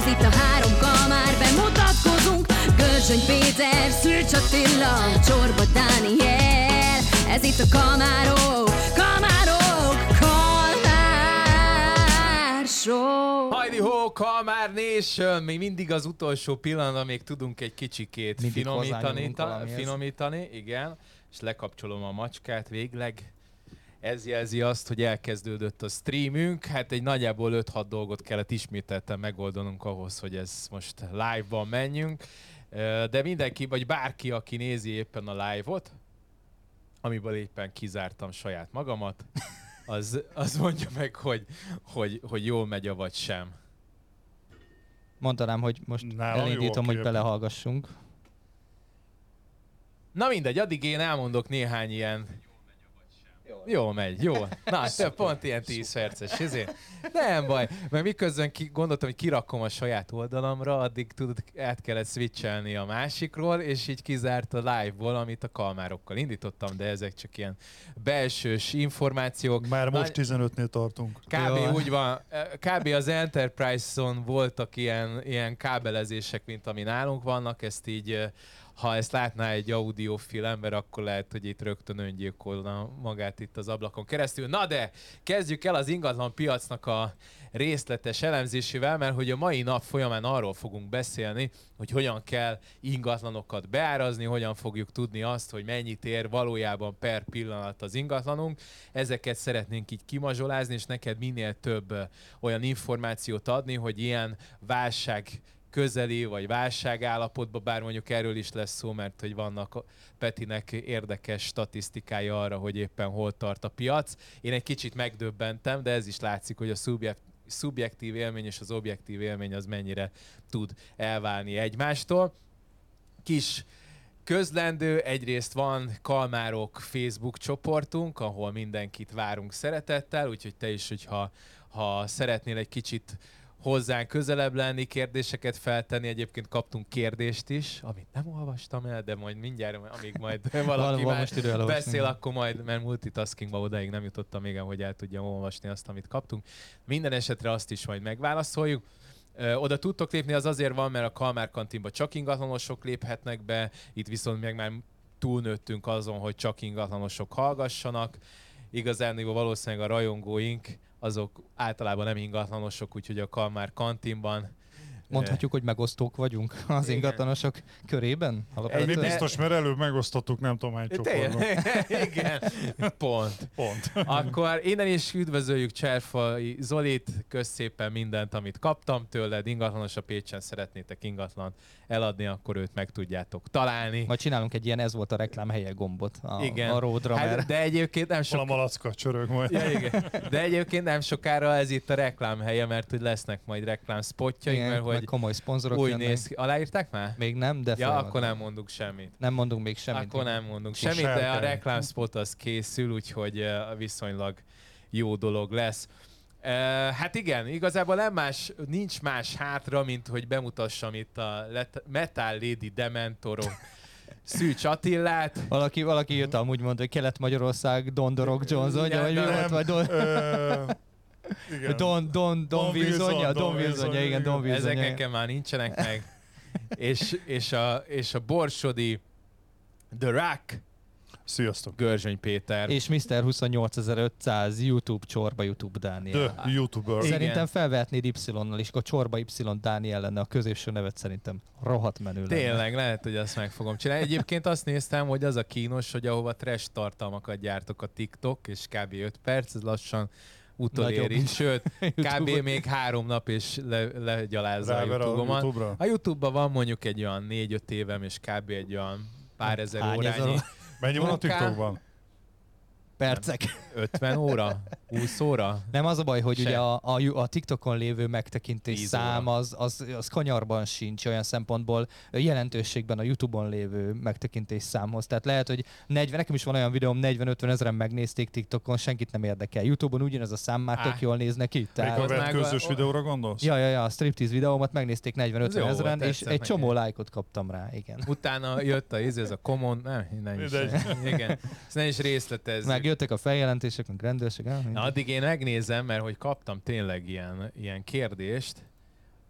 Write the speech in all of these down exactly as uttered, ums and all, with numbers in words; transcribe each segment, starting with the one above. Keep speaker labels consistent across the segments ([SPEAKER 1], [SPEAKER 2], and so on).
[SPEAKER 1] Ez itt a három kamár, bemutatkozunk. Görzsöny Péter, Szűcs Attila, Csorba Dániel. Ez itt a Kamárok, Kamárok, Kalmár Show.
[SPEAKER 2] Hajdi ho, Kalmár Nation! Még mindig az utolsó pillanatban még tudunk egy kicsikét
[SPEAKER 3] mindig
[SPEAKER 2] finomítani, ta, finomítani, igen, és lekapcsolom a macskát végleg. Ez jelzi azt, hogy elkezdődött a streamünk. Hát egy nagyjából öt-hat dolgot kellett ismételten megoldanunk ahhoz, hogy ez most live-ban menjünk. De mindenki, vagy bárki, aki nézi éppen a live-ot, amiből éppen kizártam saját magamat, az, az mondja meg, hogy, hogy, hogy jól megy a vagy sem.
[SPEAKER 3] Mondanám, hogy most
[SPEAKER 4] Nálam
[SPEAKER 3] elindítom, hogy belehallgassunk.
[SPEAKER 2] Na mindegy, addig én elmondok néhány ilyen... Jó megy, jó. Na, több pont ilyen tíz perces, ezért. Nem baj, mert miközben ki, gondoltam, hogy kirakom a saját oldalamra, addig tudod, át kellett switchelni a másikról, és így kizárt a live-ból, amit a Kalmárokkal indítottam, de ezek csak ilyen belsős információk.
[SPEAKER 4] Már most
[SPEAKER 2] Na,
[SPEAKER 4] tizenötnél tartunk.
[SPEAKER 2] Kb. Jó. Úgy van, kb. Az Enterprise-on voltak ilyen, ilyen kábelezések, mint ami nálunk vannak, ezt így... Ha ezt látná egy audiofil ember, akkor lehet, hogy itt rögtön öngyilkolna magát itt az ablakon keresztül. Na de, kezdjük el az ingatlan piacnak a részletes elemzésével, mert hogy a mai nap folyamán arról fogunk beszélni, hogy hogyan kell ingatlanokat beárazni, hogyan fogjuk tudni azt, hogy mennyit ér valójában per pillanat az ingatlanunk. Ezeket szeretnénk így kimazsolázni, és neked minél több olyan információt adni, hogy ilyen válság közeli vagy válságállapotban, bár mondjuk erről is lesz szó, mert hogy vannak Petinek érdekes statisztikája arra, hogy éppen hol tart a piac. Én egy kicsit megdöbbentem, de ez is látszik, hogy a szubjekt, szubjektív élmény és az objektív élmény az mennyire tud elválni egymástól. Kis közlendő, egyrészt van Kalmárok Facebook csoportunk, ahol mindenkit várunk szeretettel, úgyhogy te is, hogyha ha szeretnél egy kicsit hozzánk közelebb lenni, kérdéseket feltenni. Egyébként kaptunk kérdést is, amit nem olvastam el, de majd mindjárt, amíg majd valaki már beszél, akkor majd, mert multitaskingba odáig nem jutottam még, hogy el tudjam olvasni azt, amit kaptunk. Minden esetre azt is majd megválaszoljuk. Ö, oda tudtok lépni, az azért van, mert a Kalmár kantinba csak ingatlanosok léphetnek be, itt viszont meg már túlnőttünk azon, hogy csak ingatlanosok hallgassanak. Igazán valószínűleg a rajongóink azok általában nem ingatlanosok, úgyhogy a Kalmár kantinban...
[SPEAKER 3] Mondhatjuk, hogy megosztók vagyunk az igen. ingatlanosok körében?
[SPEAKER 4] Mi biztos, mert előbb megosztottuk, nem tudom hány csoportban.
[SPEAKER 2] Igen, pont.
[SPEAKER 4] Pont.
[SPEAKER 2] Akkor innen is üdvözöljük Cserfai Zolit, kösz szépen mindent, amit kaptam tőled. Ingatlanos a Pécsen, szeretnétek ingatlant eladni, akkor őt meg tudjátok találni.
[SPEAKER 3] Majd csinálunk egy ilyen ez volt a reklám helye gombot a,
[SPEAKER 2] igen.
[SPEAKER 3] a Ródra.
[SPEAKER 2] Hát, de egyébként nem sok...
[SPEAKER 4] A malacka csörög majd.
[SPEAKER 2] Ja, igen. De egyébként nem sokára ez itt a reklám helye, mert hogy lesznek majd reklám spotjaink, mert hogy
[SPEAKER 3] komoly szponzorok
[SPEAKER 2] úgy
[SPEAKER 3] jönnek.
[SPEAKER 2] néz ki. Aláírták már?
[SPEAKER 3] Még nem, de
[SPEAKER 2] ja, akkor nem mondunk semmit.
[SPEAKER 3] Nem mondunk még semmit.
[SPEAKER 2] Akkor nem mondunk semmit, de a reklámspot az készül, úgyhogy viszonylag jó dolog lesz. Uh, hát igen, igazából nem más, nincs más hátra, mint hogy bemutassam itt a Metal Lady Dementorok Szűcs Attillát.
[SPEAKER 3] Valaki, valaki jött amúgy mondta, hogy Kelet-Magyarország Dondorok Johnson-ja, vagy mi volt? Vagy Don...
[SPEAKER 4] Igen.
[SPEAKER 3] Don, Don, Don Wilsonja, Don Wilsonja, igen, Don Wilsonja.
[SPEAKER 2] Ezek nekem már nincsenek meg. és, és, a, és a borsodi The Rock.
[SPEAKER 4] Sziasztok.
[SPEAKER 2] Görzsöny Péter.
[SPEAKER 3] És miszter huszonnyolcezer-ötszáz YouTube Csorba YouTube Dániel.
[SPEAKER 4] The YouTuber.
[SPEAKER 3] Szerintem felvehetnéd Y-nal is, a Csorba Y Dániel lenne a középső nevet, szerintem rohadt menő lenne.
[SPEAKER 2] Tényleg, lehet, hogy azt meg fogom csinálni. Egyébként azt néztem, hogy az a kínos, hogy ahova trash tartalmakat gyártok a TikTok, és kb. öt perc, ez lassan utoléri, sőt, kb. Még három nap és le, legyalázza a YouTube-omat. A, a YouTube-ban van mondjuk egy olyan négy-öt évem, és kb. Egy olyan pár ezer
[SPEAKER 3] Hány
[SPEAKER 2] órányi.
[SPEAKER 4] Mennyi van a TikTokban?
[SPEAKER 3] Percek.
[SPEAKER 2] ötven óra? húsz óra?
[SPEAKER 3] Nem, az a baj, hogy Sem. ugye a, a, a TikTokon lévő megtekintés szám az, az, az kanyarban sincs olyan szempontból jelentőségben a YouTube-on lévő megtekintés számhoz. Tehát lehet, hogy negyven, nekem is van olyan videóm, negyven-ötven ezeren megnézték TikTokon, senkit nem érdekel. YouTube-on ugyanez a szám már tök jól néznek ki.
[SPEAKER 4] Tehát... Még a vetközös videóra gondolsz?
[SPEAKER 3] Ja, ja, ja, a striptease videómat megnézték negyven-ötven ezeren, és egy csomó neki. Lájkot kaptam rá, igen.
[SPEAKER 2] Utána jött a ez a common, nem, nem is. Igen, ezt nem is részletezzük.
[SPEAKER 3] Meg jöttek a feljelentések, meg rendőrség.
[SPEAKER 2] Na, addig én megnézem, mert hogy kaptam tényleg ilyen, ilyen kérdést.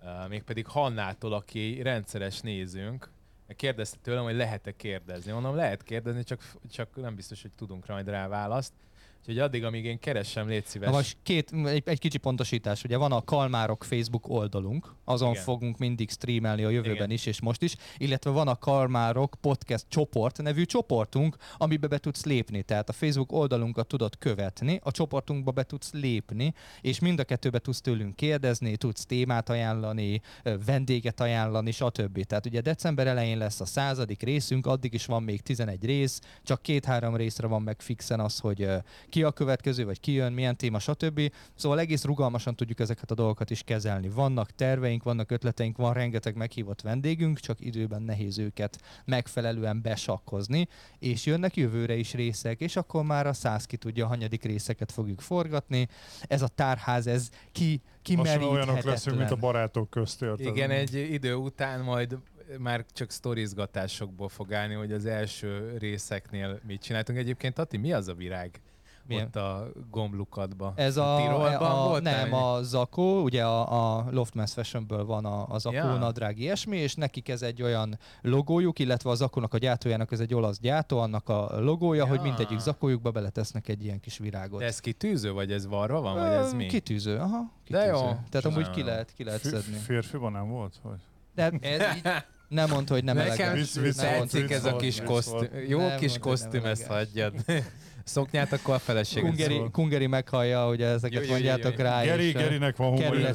[SPEAKER 2] Uh, mégpedig Hannától, aki rendszeres nézőnk, kérdezte tőlem, hogy lehet-e kérdezni. Mondom, lehet kérdezni, csak, csak nem biztos, hogy tudunk majd rá választ. Úgyhogy addig, amíg én keresem, légy szíves.
[SPEAKER 3] Na most két, egy, egy kicsi pontosítás. Ugye van a Kalmárok Facebook oldalunk, azon Igen. fogunk mindig streamelni a jövőben Igen. is, és most is, illetve van a Kalmárok podcast csoport nevű csoportunk, amiben be tudsz lépni. Tehát a Facebook oldalunkat tudod követni, a csoportunkba be tudsz lépni, és mind a kettőbe tudsz tőlünk kérdezni, tudsz témát ajánlani, vendéget ajánlani, stb. Tehát ugye december elején lesz a századik részünk, addig is van még tizenegy rész, csak két-három részre van meg fixen az, hogy ki a következő, vagy ki jön, milyen téma, stb. Szóval egész rugalmasan tudjuk ezeket a dolgokat is kezelni. Vannak terveink, vannak ötleteink, van rengeteg meghívott vendégünk, csak időben nehéz őket megfelelően besakkozni, és jönnek jövőre is részek, és akkor már a száz ki tudja, hanyadik részeket fogjuk forgatni. Ez a tárház, ez ki, kimeríthetetlen.
[SPEAKER 4] olyanok leszünk, mint a barátok közt, érted?
[SPEAKER 2] Igen, egy idő után majd már csak sztorizgatásokból fog állni, hogy az első részeknél mit csináltunk. Egyébként, Ati, mi az a virág? Milyen? Ott a gomblukadban.
[SPEAKER 3] Ez a, a, a nem, a Zakó, ugye a, a Loft Mass Fashionből van a, a Zakó ja. nadrág ilyesmi, és nekik ez egy olyan logójuk, illetve a Zakónak a gyártójának ez egy olasz gyártó, annak a logója, ja. hogy mindegyik Zakójukba beletesznek egy ilyen kis virágot.
[SPEAKER 2] De ez kitűző, vagy ez varva van, vagy ez mi?
[SPEAKER 3] Kitűző, aha. Kitűző.
[SPEAKER 2] De jó.
[SPEAKER 3] Tehát amúgy ki lehet, ki lehet szedni.
[SPEAKER 4] Férfiban nem volt? Vagy?
[SPEAKER 3] De ez így nem mondd, hogy nem
[SPEAKER 2] Nekem
[SPEAKER 3] elegáns.
[SPEAKER 2] tetszik ez a kis kosztüm. Jó nem kis kosztüm, ezt hagyjad. Szoknyát akkor a feleséged
[SPEAKER 3] Kungeri,
[SPEAKER 2] szól.
[SPEAKER 3] Kungeri meghallja, hogy ezeket jó, mondjátok jó, jó, rá.
[SPEAKER 4] Geri, Gerinek van humor.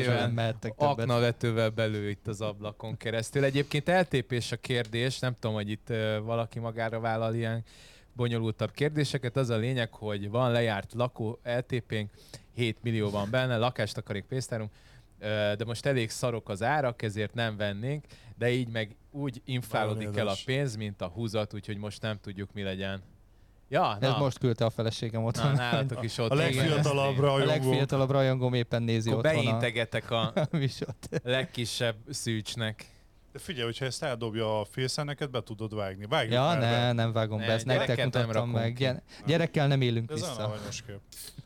[SPEAKER 2] Aknavetővel belül itt az ablakon keresztül. Egyébként eltépés a kérdés, nem tudom, hogy itt uh, valaki magára vállal ilyen bonyolultabb kérdéseket. Az a lényeg, hogy van lejárt lakó el té pénk, hét millió van benne, lakástakarék, pénztárunk, uh, de most elég szarok az árak, ezért nem vennénk, de így meg úgy inflálódik el a pénz, mint a húzat, úgyhogy most nem tudjuk, mi legyen. Ja,
[SPEAKER 3] ez most küldte a feleségem otthon.
[SPEAKER 2] Na, nálatok is ott.
[SPEAKER 4] A legfiatalabb rajongó.
[SPEAKER 3] A legfiatalabb rajongóm éppen nézi
[SPEAKER 2] akkor
[SPEAKER 3] otthon.
[SPEAKER 2] Beintegetek a legkisebb szűcsnek.
[SPEAKER 4] De figyelj, hogyha ezt eldobja a félszeneket, be tudod vágni. Vágjuk
[SPEAKER 3] ja,
[SPEAKER 4] már
[SPEAKER 3] ne,
[SPEAKER 4] be.
[SPEAKER 3] nem vágom ne, be, ezt nektek mutattam meg. Gyere, gyerekkel nem élünk
[SPEAKER 4] ez
[SPEAKER 3] vissza.
[SPEAKER 4] Ez kép.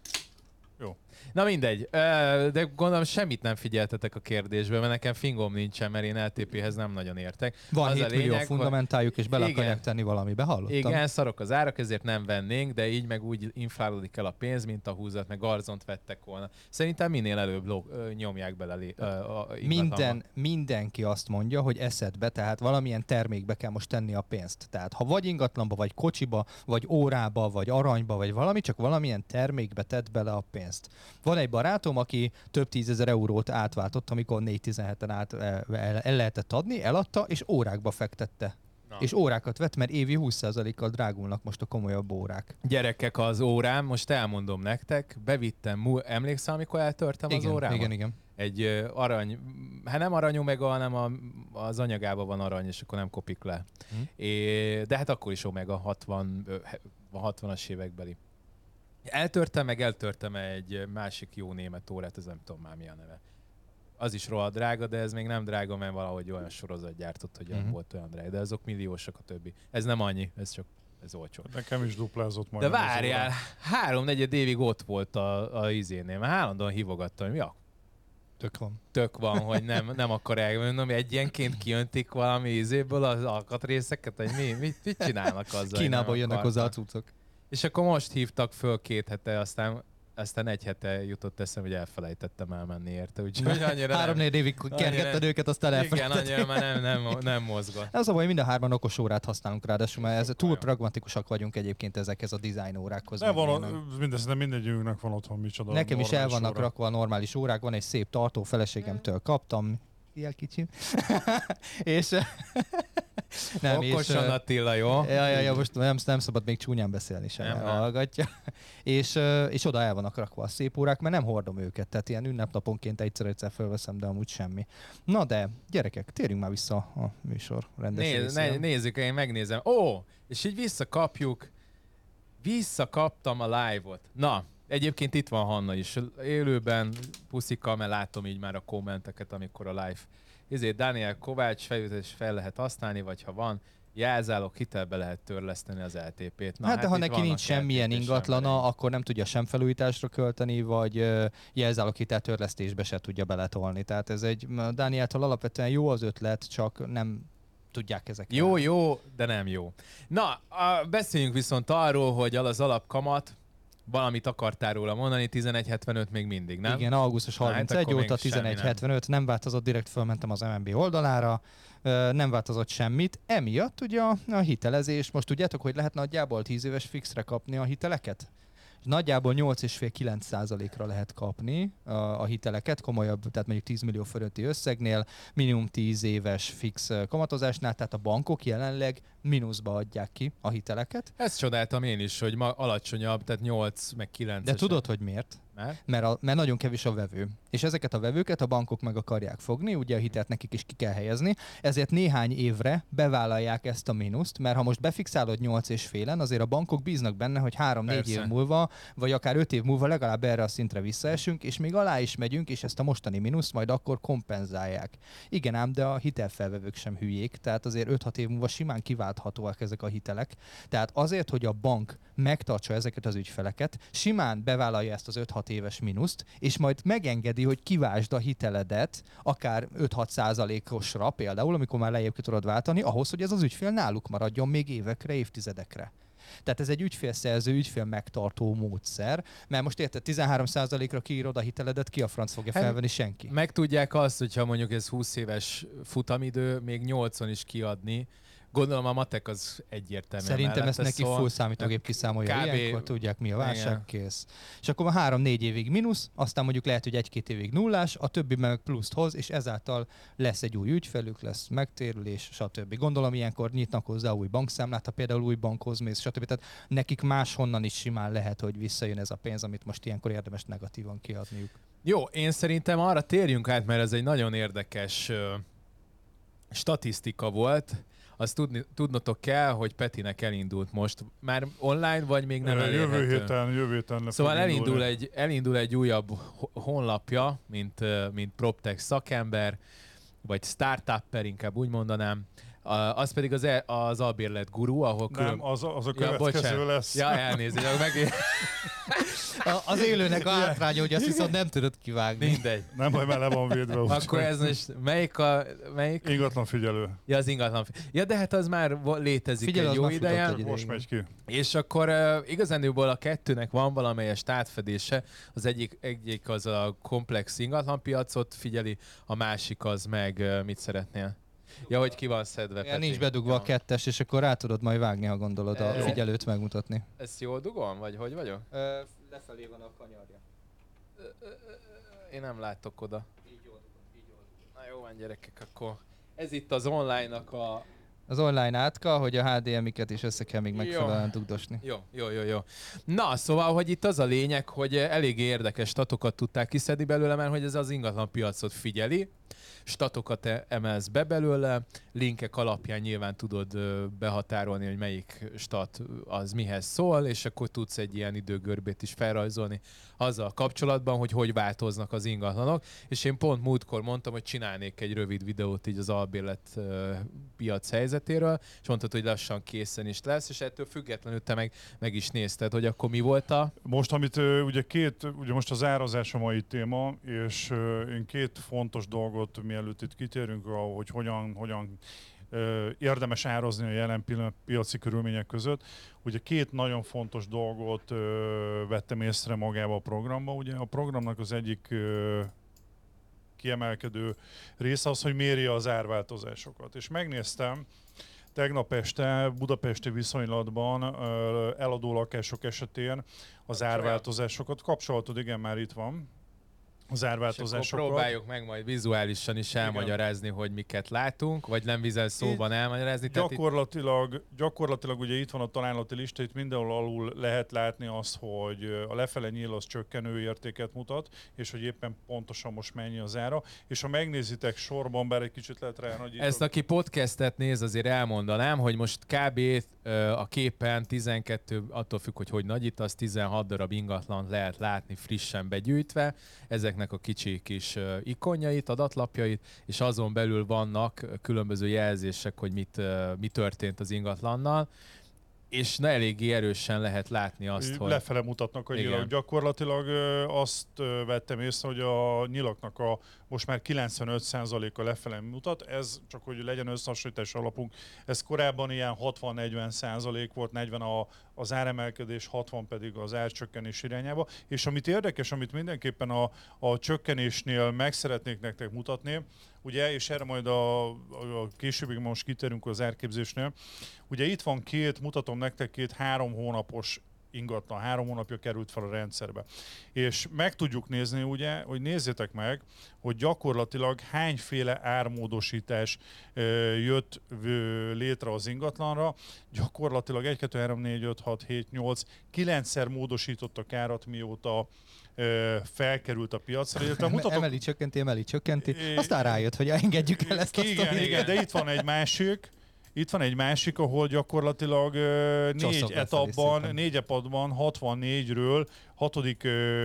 [SPEAKER 4] Jó.
[SPEAKER 2] Na mindegy, de gondolom semmit nem figyeltetek a kérdésbe, mert nekem fingom nincsen, mert én el té péhez nem nagyon értek.
[SPEAKER 3] Van hét millió fundamentáljuk, és bele akarják tenni valamibe, hallottam?
[SPEAKER 2] Igen, szarok az árak, ezért nem vennénk, de így meg úgy inflálódik el a pénz, mint a húzat, meg garzont vettek volna. Szerintem minél előbb ló, nyomják bele lé, ö, a
[SPEAKER 3] Minden, mindenki azt mondja, hogy eszedbe, tehát valamilyen termékbe kell most tenni a pénzt. Tehát ha vagy ingatlanba, vagy kocsiba, vagy órába, vagy aranyba, vagy valami, csak valamilyen termékbe tedd bele a pénzt. Van egy barátom, aki több tízezer eurót átváltott, amikor négy tizenheten át el, el lehetett adni, eladta, és órákba fektette. Na. És órákat vett, mert évi húsz százalékkal drágulnak most a komolyabb órák.
[SPEAKER 2] Gyerekek, az órám, most elmondom nektek, bevittem, emlékszel, amikor eltörtem
[SPEAKER 3] igen,
[SPEAKER 2] az órámat?
[SPEAKER 3] Igen, igen.
[SPEAKER 2] Egy arany, hát nem aranyú meg, hanem a, az anyagában van arany, és akkor nem kopik le. Hm. É, de hát akkor is Omega hatvan, hatvanas évekbeli. Eltörtem, meg eltörtem egy másik jó német órát, ez nem tudom már mi a neve. Az is rohadt drága, de ez még nem drága, mert valahogy olyan sorozat gyártott, hogy nem uh-huh. volt olyan drága. De azok milliósak a többi. Ez nem annyi, ez csak ez olcsó.
[SPEAKER 4] Nekem is duplázott majd.
[SPEAKER 2] De várjál, háromnegyed évig ott volt a, a izénél, mert állandóan hívogattam, hogy mi a
[SPEAKER 3] Tök van.
[SPEAKER 2] Tök van, hogy nem, nem akar elmondani, egyenként kijöntik valami izéből az alkatrészeket, hogy mi, mit, mit csinálnak azzal.
[SPEAKER 3] Kínából jönnek hozzá a cuccok.
[SPEAKER 2] És akkor most hívtak föl két hete, aztán, aztán egy hete jutott eszem, hogy elfelejtettem elmenni érte. Úgyhogy annyira
[SPEAKER 3] három-négy évig kergetted őket, aztán elfelejtetted.
[SPEAKER 2] Igen, annyira már nem, nem, nem mozgott.
[SPEAKER 3] Ez a baj, mind a hárman okos órát használunk ráadásul, mert ez túl pragmatikusak vagyunk egyébként ezekhez a design órákhoz.
[SPEAKER 4] De van, mindez, de mindegyünknek van otthon micsoda.
[SPEAKER 3] Nekem is el vannak óra. rakva a normális órák, van egy szép tartó, feleségemtől kaptam. Ilyen kicsim. és...
[SPEAKER 2] nem, okosan, és, Attila, jó?
[SPEAKER 3] Ja, ja, ja, most nem, nem szabad még csúnyán beszélni sem, hallgatja. és, és oda el vannak rakva a szép órák, mert nem hordom őket, tehát ilyen ünnepnaponként egyszer-egyszer fölveszem, de amúgy semmi. Na de, gyerekek, térjünk már vissza a műsor rendes
[SPEAKER 2] Néz, ne, Nézzük, én megnézem. Ó, és így visszakapjuk. Visszakaptam a live-ot. Na, egyébként itt van Hanna is élőben, puszika, mert látom így már a kommenteket, amikor a live ezért Daniel Kovács feljutatás fel lehet használni, vagy ha van, jelzálog hitelbe lehet törleszteni az el té pét. Na,
[SPEAKER 3] hát, hát de ha neki nincs semmilyen ingatlana,
[SPEAKER 2] emberei.
[SPEAKER 3] akkor nem tudja sem felújításra költeni, vagy uh, jelzálog hitel törlesztésbe se tudja beletolni. Tehát ez egy, Dánieltől alapvetően jó az ötlet, csak nem tudják ezeket.
[SPEAKER 2] Jó, jó, de nem jó. Na, a, beszéljünk viszont arról, hogy az alapkamat, valamit akartál róla mondani, tizenegy hetvenöt még mindig, nem?
[SPEAKER 3] Igen, augusztus harmincegy
[SPEAKER 2] hát
[SPEAKER 3] óta tizenegy hetvenöt, nem. nem változott, direkt fölmentem az em en bé oldalára, nem változott semmit. Emiatt ugye a, a hitelezés, most tudjátok, hogy lehet nagyjából tíz éves fixre kapni a hiteleket? Nagyjából nyolc egész öt-kilenc százalékra lehet kapni a, a hiteleket, komolyabb, tehát mondjuk tíz millió fölötti összegnél, minimum tíz éves fix kamatozásnál, tehát a bankok jelenleg mínuszba adják ki a hiteleket.
[SPEAKER 2] Ezt csodáltam én is, hogy ma alacsonyabb, tehát nyolc meg kilenc.
[SPEAKER 3] De tudod, hogy miért?
[SPEAKER 2] Mert?
[SPEAKER 3] Mert, a, mert nagyon kevés a vevő. És ezeket a vevőket a bankok meg akarják fogni, ugye a hitelt nekik is ki kell helyezni, ezért néhány évre bevállalják ezt a mínuszt, mert ha most befixálod nyolc és félen, azért a bankok bíznak benne, hogy három-négy év múlva, vagy akár öt év múlva legalább erre a szintre visszaesünk, és még alá is megyünk, és ezt a mostani mínuszt majd akkor kompenzálják. Igen ám, de a hitelfelvevők sem hülyék, tehát azért öt-hat év múlva simán kiválthatóak ezek a hitelek. Tehát azért, hogy a bank megtartsa ezeket az ügyfeleket, simán bevállalja ezt az öt-hat éves mínuszt, és majd megengedi, hogy kiváltsd a hiteledet, akár öt-hat százalékosra például, amikor már lejjebb ki tudod váltani, ahhoz, hogy ez az ügyfél náluk maradjon még évekre, évtizedekre. Tehát ez egy ügyfélszerző, ügyfél megtartó módszer, mert most érted, tizenhárom százalékra kiírod a hiteledet, ki a franc fogja felvenni, senki.
[SPEAKER 2] Megtudják azt, hogyha mondjuk ez húsz éves futamidő, még nyolcon is kiadni. Gondolom a matek az egyértelmű.
[SPEAKER 3] Szerintem ezt neki
[SPEAKER 2] szól,
[SPEAKER 3] full számítógép kiszámolja.
[SPEAKER 2] kb.
[SPEAKER 3] Ilyenkor tudják, mi a válság, kész. És akkor már három-négy évig mínusz, aztán mondjuk lehet, hogy egy-két évig nullás, a többi meg pluszt hoz, és ezáltal lesz egy új ügyfelük, lesz megtérülés, stb. Gondolom ilyenkor nyitnak hozzá új bankszámlát, ha például új bankhoz mész, stb. Tehát nekik máshonnan is simán lehet, hogy visszajön ez a pénz, amit most ilyenkor érdemes negatívan kiadniuk.
[SPEAKER 2] Jó, én szerintem arra térjünk át, mert ez egy nagyon érdekes uh, statisztika volt. Azt tudni, tudnotok kell, hogy Petinek elindult most. Már online, vagy még nem elérhető?
[SPEAKER 4] Jövő héten, jövő héten.
[SPEAKER 2] Szóval elindul egy, elindul egy újabb honlapja, mint, mint PropTech szakember, vagy startupper, inkább úgy mondanám. Az pedig az, e, az albérlet guru, ahol...
[SPEAKER 4] Nem,
[SPEAKER 2] külön...
[SPEAKER 4] az, az a következő ja, lesz.
[SPEAKER 2] Ja, elnézést. Meg...
[SPEAKER 3] Az élőnek a hátránya, hogy azt viszont nem tudod kivágni.
[SPEAKER 2] Mindegy.
[SPEAKER 4] Nem, hogy már le van védve.
[SPEAKER 2] Akkor ez most melyik a... Melyik?
[SPEAKER 4] Ingatlan figyelő.
[SPEAKER 2] Ja, az ingatlan figyelő. Ja, de hát az már létezik
[SPEAKER 3] Figyelő,
[SPEAKER 2] egy jó ideje.
[SPEAKER 3] Egy
[SPEAKER 4] most megy ki.
[SPEAKER 2] És akkor uh, igazándiból a kettőnek van valamelyest átfedése. Az egyik, egyik az a komplex ingatlanpiacot figyeli, a másik az meg uh, mit szeretnél? Ja, hogy ki van szedve.
[SPEAKER 3] Ja, nincs bedugva ja. a kettes, és akkor rá tudod majd vágni, ha gondolod a
[SPEAKER 2] Jó.
[SPEAKER 3] figyelőt megmutatni.
[SPEAKER 2] Ezt jól dugom, vagy hogy vagyok?
[SPEAKER 3] Ö, lefelé van a kanyarja.
[SPEAKER 2] Én nem látok oda. Így jól dugom, így jól dugom. Na jó van gyerekek, akkor ez itt az online-nak a...
[SPEAKER 3] Az online átka, hogy a há dé em-iket is össze kell még megfelelően dugdosni.
[SPEAKER 2] Jó, jó, jó, jó. Na, szóval, hogy itt az a lényeg, hogy elég érdekes statokat tudták kiszedni belőle, mert hogy ez az ingatlan piacot figyeli, statokat emelsz be belőle, linkek alapján nyilván tudod behatárolni, hogy melyik stat az mihez szól, és akkor tudsz egy ilyen időgörbét is felrajzolni azzal kapcsolatban, hogy hogy változnak az ingatlanok. És én pont múltkor mondtam, hogy csinálnék egy rövid videót így az albérlet piac helyzetéről, és mondtad, hogy lassan készen is lesz, és ettől függetlenül te meg, meg is nézted, hogy akkor mi volt a...
[SPEAKER 4] Most, amit ugye két, ugye most az árazás a mai téma, és én két fontos dolgot, mielőtt itt kitérünk, hogy hogyan, hogyan érdemes árazni a jelen pillanat piaci körülmények között. Ugye két nagyon fontos dolgot vettem észre magába a programba. Ugye a programnak az egyik kiemelkedő része az, hogy méri az árváltozásokat. És megnéztem tegnap este budapesti viszonylatban eladó lakások esetén az árváltozásokat. Kapcsolatod, igen, már itt van. Az árváltozásokat.
[SPEAKER 2] Próbáljuk meg majd vizuálisan is elmagyarázni, igen, hogy miket látunk, vagy nem vizel szóban elmagyarázni.
[SPEAKER 4] Gyakorlatilag, itt... gyakorlatilag ugye itt van a találati lista, itt mindenhol alul lehet látni azt, hogy a lefele nyíl az csökkenő értéket mutat, és hogy éppen pontosan most mennyi az ára. És ha megnézitek sorban, bár egy kicsit lehet rá nagyítok.
[SPEAKER 2] Ezt aki podcastet néz, azért elmondanám, hogy most kb. a képen tizenkettő, attól függ, hogy hogy nagyítasz, tizenhat darab ingatlant lehet látni frissen begyűjtve, ezeknek a kicsi kis ikonjait, adatlapjait, és azon belül vannak különböző jelzések, hogy mit, mi történt az ingatlannal, és ne eléggé erősen lehet látni azt, hogy...
[SPEAKER 4] Lefele mutatnak a nyilak. Gyakorlatilag azt vettem észre, hogy a nyilaknak a most már kilencvenöt százaléka lefele mutat. Ez csak, hogy legyen összehasonlítás alapunk. Ez korábban ilyen hatvan-negyven százalék volt, negyven a, az áremelkedés, hatvan pedig az árcsökkenés irányába. És amit érdekes, amit mindenképpen a, a csökkenésnél meg szeretnék nektek mutatni, ugye, és erre majd a, a későbbig most kitérünk az árképzésnél. Ugye itt van két, mutatom nektek két három hónapos ingatlan, három hónapja került fel a rendszerbe. És meg tudjuk nézni, ugye, hogy nézzétek meg, hogy gyakorlatilag hányféle ármódosítás ö, jött ö, létre az ingatlanra. Gyakorlatilag egy, kettő, három, négy, öt, hat, hét, nyolc, kilencszer módosítottak árat, mióta ö, felkerült a piacra. Illetve mutatok...
[SPEAKER 3] Emeli, csökkenti, emeli, csökkenti. Aztán rájött, hogy engedjük el ezt a
[SPEAKER 4] igen,
[SPEAKER 3] sztorit.
[SPEAKER 4] igen, de itt van egy másik, Itt van egy másik, ahol gyakorlatilag uh, négy etapban, négy etapban hatvannégyről hatodik,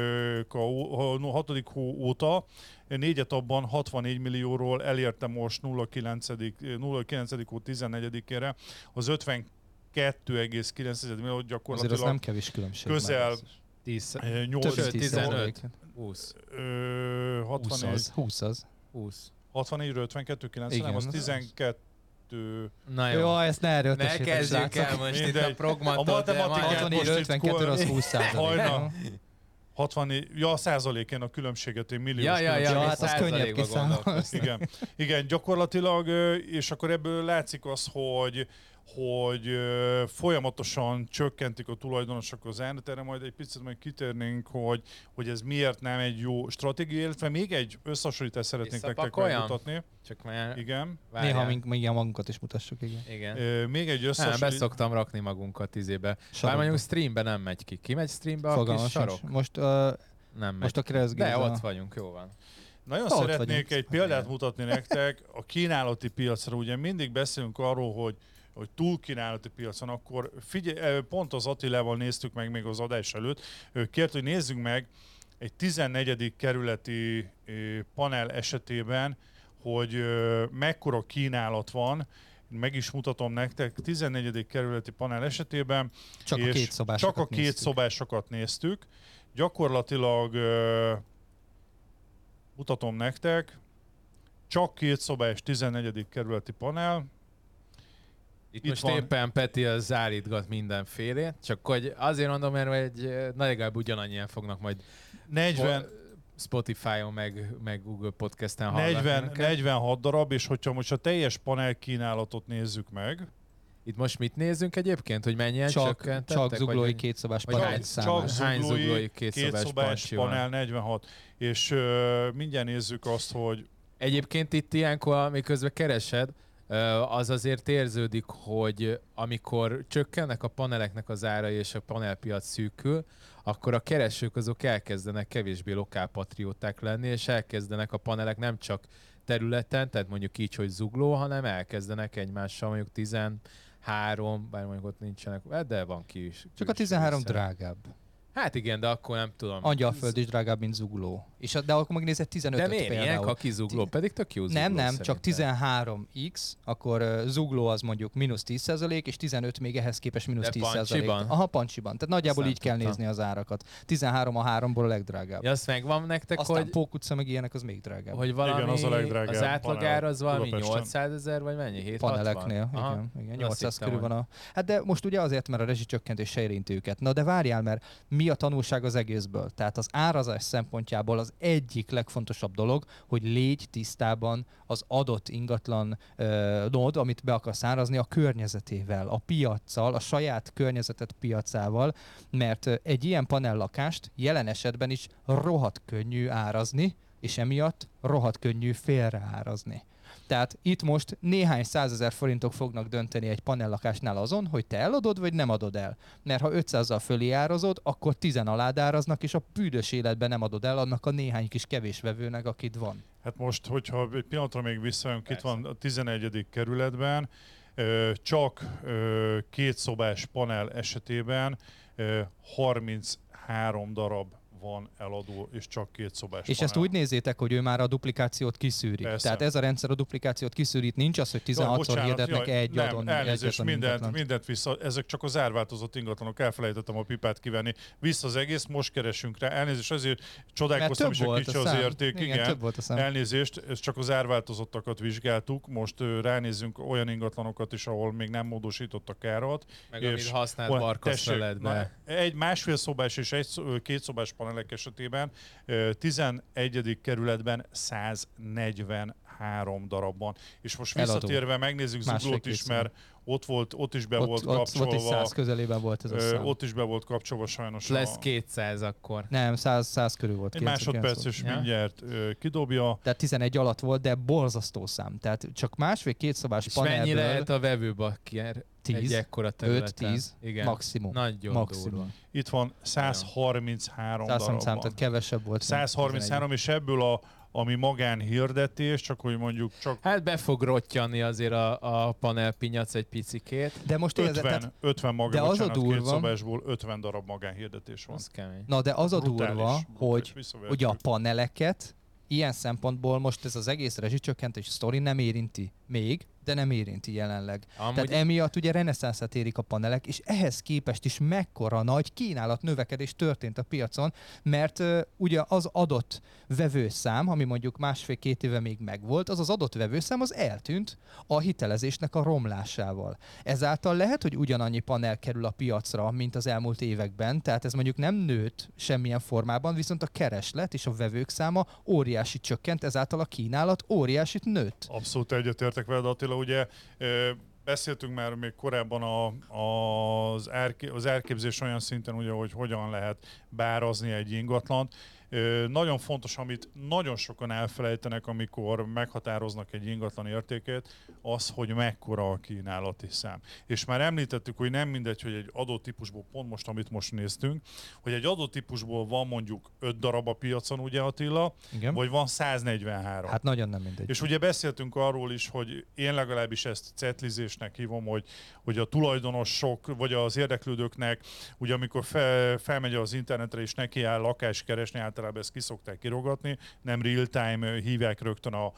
[SPEAKER 4] uh, hatodik hó óta, négy etapban hatvannégy millióról elérte most nulla kilencedik hó tizennegyedikére az ötvenkettő egész kilenc millió, gyakorlatilag
[SPEAKER 3] azért az nem kevés különbség.
[SPEAKER 4] Közel
[SPEAKER 2] tíz,
[SPEAKER 4] nyolc,
[SPEAKER 2] tizenöt, húsz.
[SPEAKER 4] hatvannégy,
[SPEAKER 3] húsz az.
[SPEAKER 2] húsz.
[SPEAKER 4] hatvannégyről ötvenkettő kilenc, nem, az tizenkettő.
[SPEAKER 2] Na jó,
[SPEAKER 3] jó, ezt ne
[SPEAKER 2] Ne
[SPEAKER 3] erőltesítek.
[SPEAKER 2] kezdjük el most itt a progmatot.
[SPEAKER 4] A matematikát
[SPEAKER 3] hatvannégy ötvenkettő az húsz százalék.
[SPEAKER 4] hatvannégy, ja, a százalékén a különbséget, én milliós
[SPEAKER 2] ja, ja, ja,
[SPEAKER 3] ja, hát az könnyebb kiszámolni.
[SPEAKER 4] Igen, igen, gyakorlatilag, és akkor ebből látszik az, hogy hogy folyamatosan csökkentik a tulajdonosok az árat, erre majd egy picit majd kitérnénk, hogy, hogy ez miért nem egy jó stratégia, illetve még egy összehasonlítást szeretnénk nektek megmutatni.
[SPEAKER 2] Csak már
[SPEAKER 4] igen.
[SPEAKER 3] Néha mink, még magunkat is mutassuk, igen.
[SPEAKER 2] igen.
[SPEAKER 4] E, még egy összehasonlítást.
[SPEAKER 2] Beszoktam rakni magunkat izébe. Bár mondjuk streambe nem megy ki. Ki megy streambe a kis sarok?
[SPEAKER 3] Most, uh,
[SPEAKER 2] nem
[SPEAKER 3] most a
[SPEAKER 2] De a... ott vagyunk, jó van.
[SPEAKER 4] Nagyon ott szeretnék vagyunk. Egy példát mutatni nektek a kínálati piacra. Ugye mindig beszélünk arról, hogy hogy túlkínálati piacon, akkor figyelj, pont az Attilával néztük meg még az adás előtt, ő kért, hogy nézzünk meg egy tizennegyedik kerületi panel esetében, hogy mekkora kínálat van, meg is mutatom nektek, tizennegyedik kerületi panel esetében,
[SPEAKER 3] csak
[SPEAKER 4] és
[SPEAKER 3] a két szobásokat
[SPEAKER 4] csak a két
[SPEAKER 3] néztük.
[SPEAKER 4] szobásokat néztük. Gyakorlatilag mutatom nektek, csak két szobás tizennegyedik kerületi panel.
[SPEAKER 2] Itt, Itt most van. Éppen Peti az zárítgat mindenfélét, csak hogy azért mondom, mert egy, na legalább ugyanannyian fognak majd
[SPEAKER 4] negyven
[SPEAKER 2] Spotify-on meg, meg Google Podcast-en hallgatni.
[SPEAKER 4] negyven, negyvenhat darab, és hogyha most a teljes panel kínálatot nézzük meg.
[SPEAKER 2] Itt most mit nézzünk egyébként, hogy mennyien
[SPEAKER 3] csak,
[SPEAKER 2] csökkentettek?
[SPEAKER 3] Csak zuglói kétszobás panel
[SPEAKER 2] Csak hány zuglói kétszobás,
[SPEAKER 4] kétszobás panel negyvenhat. És uh, mindjárt nézzük azt, hogy...
[SPEAKER 2] Egyébként itt ilyenkor, miközben keresed, az azért érződik, hogy amikor csökkennek a paneleknek az árai és a panelpiac szűkül, akkor a keresők azok elkezdenek kevésbé lokálpatrióták lenni, és elkezdenek a panelek nem csak területen, tehát mondjuk így, hogy zugló, hanem elkezdenek egymással mondjuk tizenhárom, bár mondjuk ott nincsenek, de van ki is.
[SPEAKER 3] Csak a tizenhárom drágább.
[SPEAKER 2] Hát igen, de akkor nem tudom.
[SPEAKER 3] Angyalföld is drágább, mint zugló. És a, de akkor megnézed tizenötöt
[SPEAKER 2] például. De miért ilyen, ha kizugló? Pedig tök jó zugló.
[SPEAKER 3] Nem, nem,
[SPEAKER 2] szerintem.
[SPEAKER 3] csak tizenhárom x, akkor uh, zugló az mondjuk mínusz tíz százalék, és tizenöt még ehhez képest mínusz tíz százalék. Aha, pancsiban. Tehát nagyjából azt így kell tudtam. Nézni az árakat. tizenhárom a háromból a legdrágább.
[SPEAKER 2] Ja, azt megvan nektek,
[SPEAKER 3] aztán
[SPEAKER 2] hogy...
[SPEAKER 3] Pók utca meg ilyenek, az még drágább.
[SPEAKER 2] Hogy valami,
[SPEAKER 4] igen, az a legdrágább.
[SPEAKER 2] Az átlagár az valami nyolcszázezer, vagy mennyi? hétszázhatvan?
[SPEAKER 3] Paneleknél, igen, igen nyolcszáz körül van a... Hát de most ugye azért, mert a rezsicsökkentés se érinti őket. Na de várjál, mert mi a tanulság az egészből? Tehát az árazás szempontjából az egyik legfontosabb dolog, hogy légy tisztában az adott ingatlan uh, nód, amit be akarsz árazni, a környezetével, a piaccal, a saját környezetet piacával, mert uh, egy ilyen panellakást jelen esetben is rohadt könnyű árazni, és emiatt rohadt könnyű félreárazni. Tehát itt most néhány százezer forintok fognak dönteni egy panellakásnál azon, hogy te eladod, vagy nem adod el. Mert ha ötszázzal fölé árazod, akkor tizen alád áraznak, és a büdös életben nem adod el annak a néhány kis kevés vevőnek, akit van.
[SPEAKER 4] Hát most, hogyha egy pillanatra még visszajönk, itt van a tizenegyedik kerületben, Csak két szobás panel esetében harminchárom darab van eladó, és csak két szobás
[SPEAKER 3] És
[SPEAKER 4] panel.
[SPEAKER 3] ezt úgy nézzétek, hogy ő már a duplikációt kiszűri.
[SPEAKER 4] Persze.
[SPEAKER 3] Tehát ez a rendszer a duplikációt kiszűri, nincs az, hogy tizenhatszor hirdetnek egy
[SPEAKER 4] nem,
[SPEAKER 3] adon.
[SPEAKER 4] Elnézést, mindent, mindent vissza, ezek csak az árváltozott ingatlanok, elfelejtettem a pipát kivenni. Vissza az egész, most keresünk rá. Elnézést, azért csodálkoztam is, hogy kicsi az érték.
[SPEAKER 3] Igen,
[SPEAKER 4] igen.
[SPEAKER 3] több volt a szám.
[SPEAKER 4] Elnézést, ez csak az árváltozottakat vizsgáltuk, most uh, ránézzünk olyan ingatlanokat is, ahol még nem módosítottak árat.
[SPEAKER 2] Meg amit használt barkaszra lett be.
[SPEAKER 4] Egy másfél szobás és egy két szobás panelek esetében tizenegyedik kerületben száznegyvenhárom darabban. És most visszatérve Eladó. megnézzük Zuglót is, mert ott volt, ott is be
[SPEAKER 3] ott,
[SPEAKER 4] volt
[SPEAKER 3] ott,
[SPEAKER 4] kapcsolva.
[SPEAKER 3] Ott is száz közelében volt ez a szám.
[SPEAKER 4] Ott is be volt kapcsolva sajnos.
[SPEAKER 2] Lesz a... kétszáz akkor.
[SPEAKER 3] Nem, száz, száz körül volt.
[SPEAKER 4] Egy másodperc is ja? mindjárt kidobja.
[SPEAKER 3] Tehát tizenegy alatt volt, de borzasztó szám. Tehát csak másfél-két szobás panelből...
[SPEAKER 2] És mennyi lehet a vevőbakker?
[SPEAKER 3] tíz,
[SPEAKER 2] egy ekkora területen.
[SPEAKER 3] öt tíz maximum.
[SPEAKER 2] Nagyon
[SPEAKER 3] maximum.
[SPEAKER 2] durva.
[SPEAKER 4] Itt van száz harminchárom darabban.
[SPEAKER 3] Tehát kevesebb volt.
[SPEAKER 4] száz harminchárom, és ebből a ami magánhirdetés, csak hogy mondjuk csak...
[SPEAKER 2] Hát be fog rottyani azért a, a panelpinyac egy picikét.
[SPEAKER 3] De most
[SPEAKER 4] ötven,
[SPEAKER 3] érzed, tehát,
[SPEAKER 4] ötven maga,
[SPEAKER 3] de
[SPEAKER 4] bocsánat,
[SPEAKER 3] az a durva,
[SPEAKER 4] két szobásból ötven darab magánhirdetés van.
[SPEAKER 2] Az kemény.
[SPEAKER 3] Na de az a
[SPEAKER 4] brutális,
[SPEAKER 3] durva,
[SPEAKER 4] brutális,
[SPEAKER 3] hogy, hogy a paneleket ilyen szempontból most ez az egész rezsicsökkentés sztori nem érinti még, de nem érinti jelenleg. Amúgy... Tehát emiatt ugye reneszánszát érik a panelek, és ehhez képest is mekkora nagy kínálat növekedés történt a piacon, mert uh, ugye az adott vevőszám, ami mondjuk másfél-két éve még megvolt, az az adott vevőszám az eltűnt a hitelezésnek a romlásával. Ezáltal lehet, hogy ugyanannyi panel kerül a piacra, mint az elmúlt években, tehát ez mondjuk nem nőtt semmilyen formában, viszont a kereslet és a vevők száma óriási csökkent, ezáltal a kínálat óriásit nőtt.
[SPEAKER 4] Abszolút egyetértek veled, Attila, ugye beszéltünk már még korábban a, a, az, árké, az árképzés olyan szinten, ugye, hogy hogyan lehet bárazni egy ingatlant. Nagyon fontos, amit nagyon sokan elfelejtenek, amikor meghatároznak egy ingatlan értékét, az, hogy mekkora a kínálati szám. És már említettük, hogy nem mindegy, hogy egy adott típusból, pont most, amit most néztünk, hogy egy adott típusból van mondjuk öt darab a piacon, ugye Attila,
[SPEAKER 3] igen,
[SPEAKER 4] vagy van száznegyvenhárom.
[SPEAKER 3] Hát nagyon nem mindegy.
[SPEAKER 4] És ugye beszéltünk arról is, hogy én legalábbis ezt cetlizésnek hívom, hogy, hogy a tulajdonosok, vagy az érdeklődőknek, ugye amikor fel, felmegy az internetre és neki áll lakást keresni, általában ezt ki szokták kirogatni, nem real-time hívják rögtön a,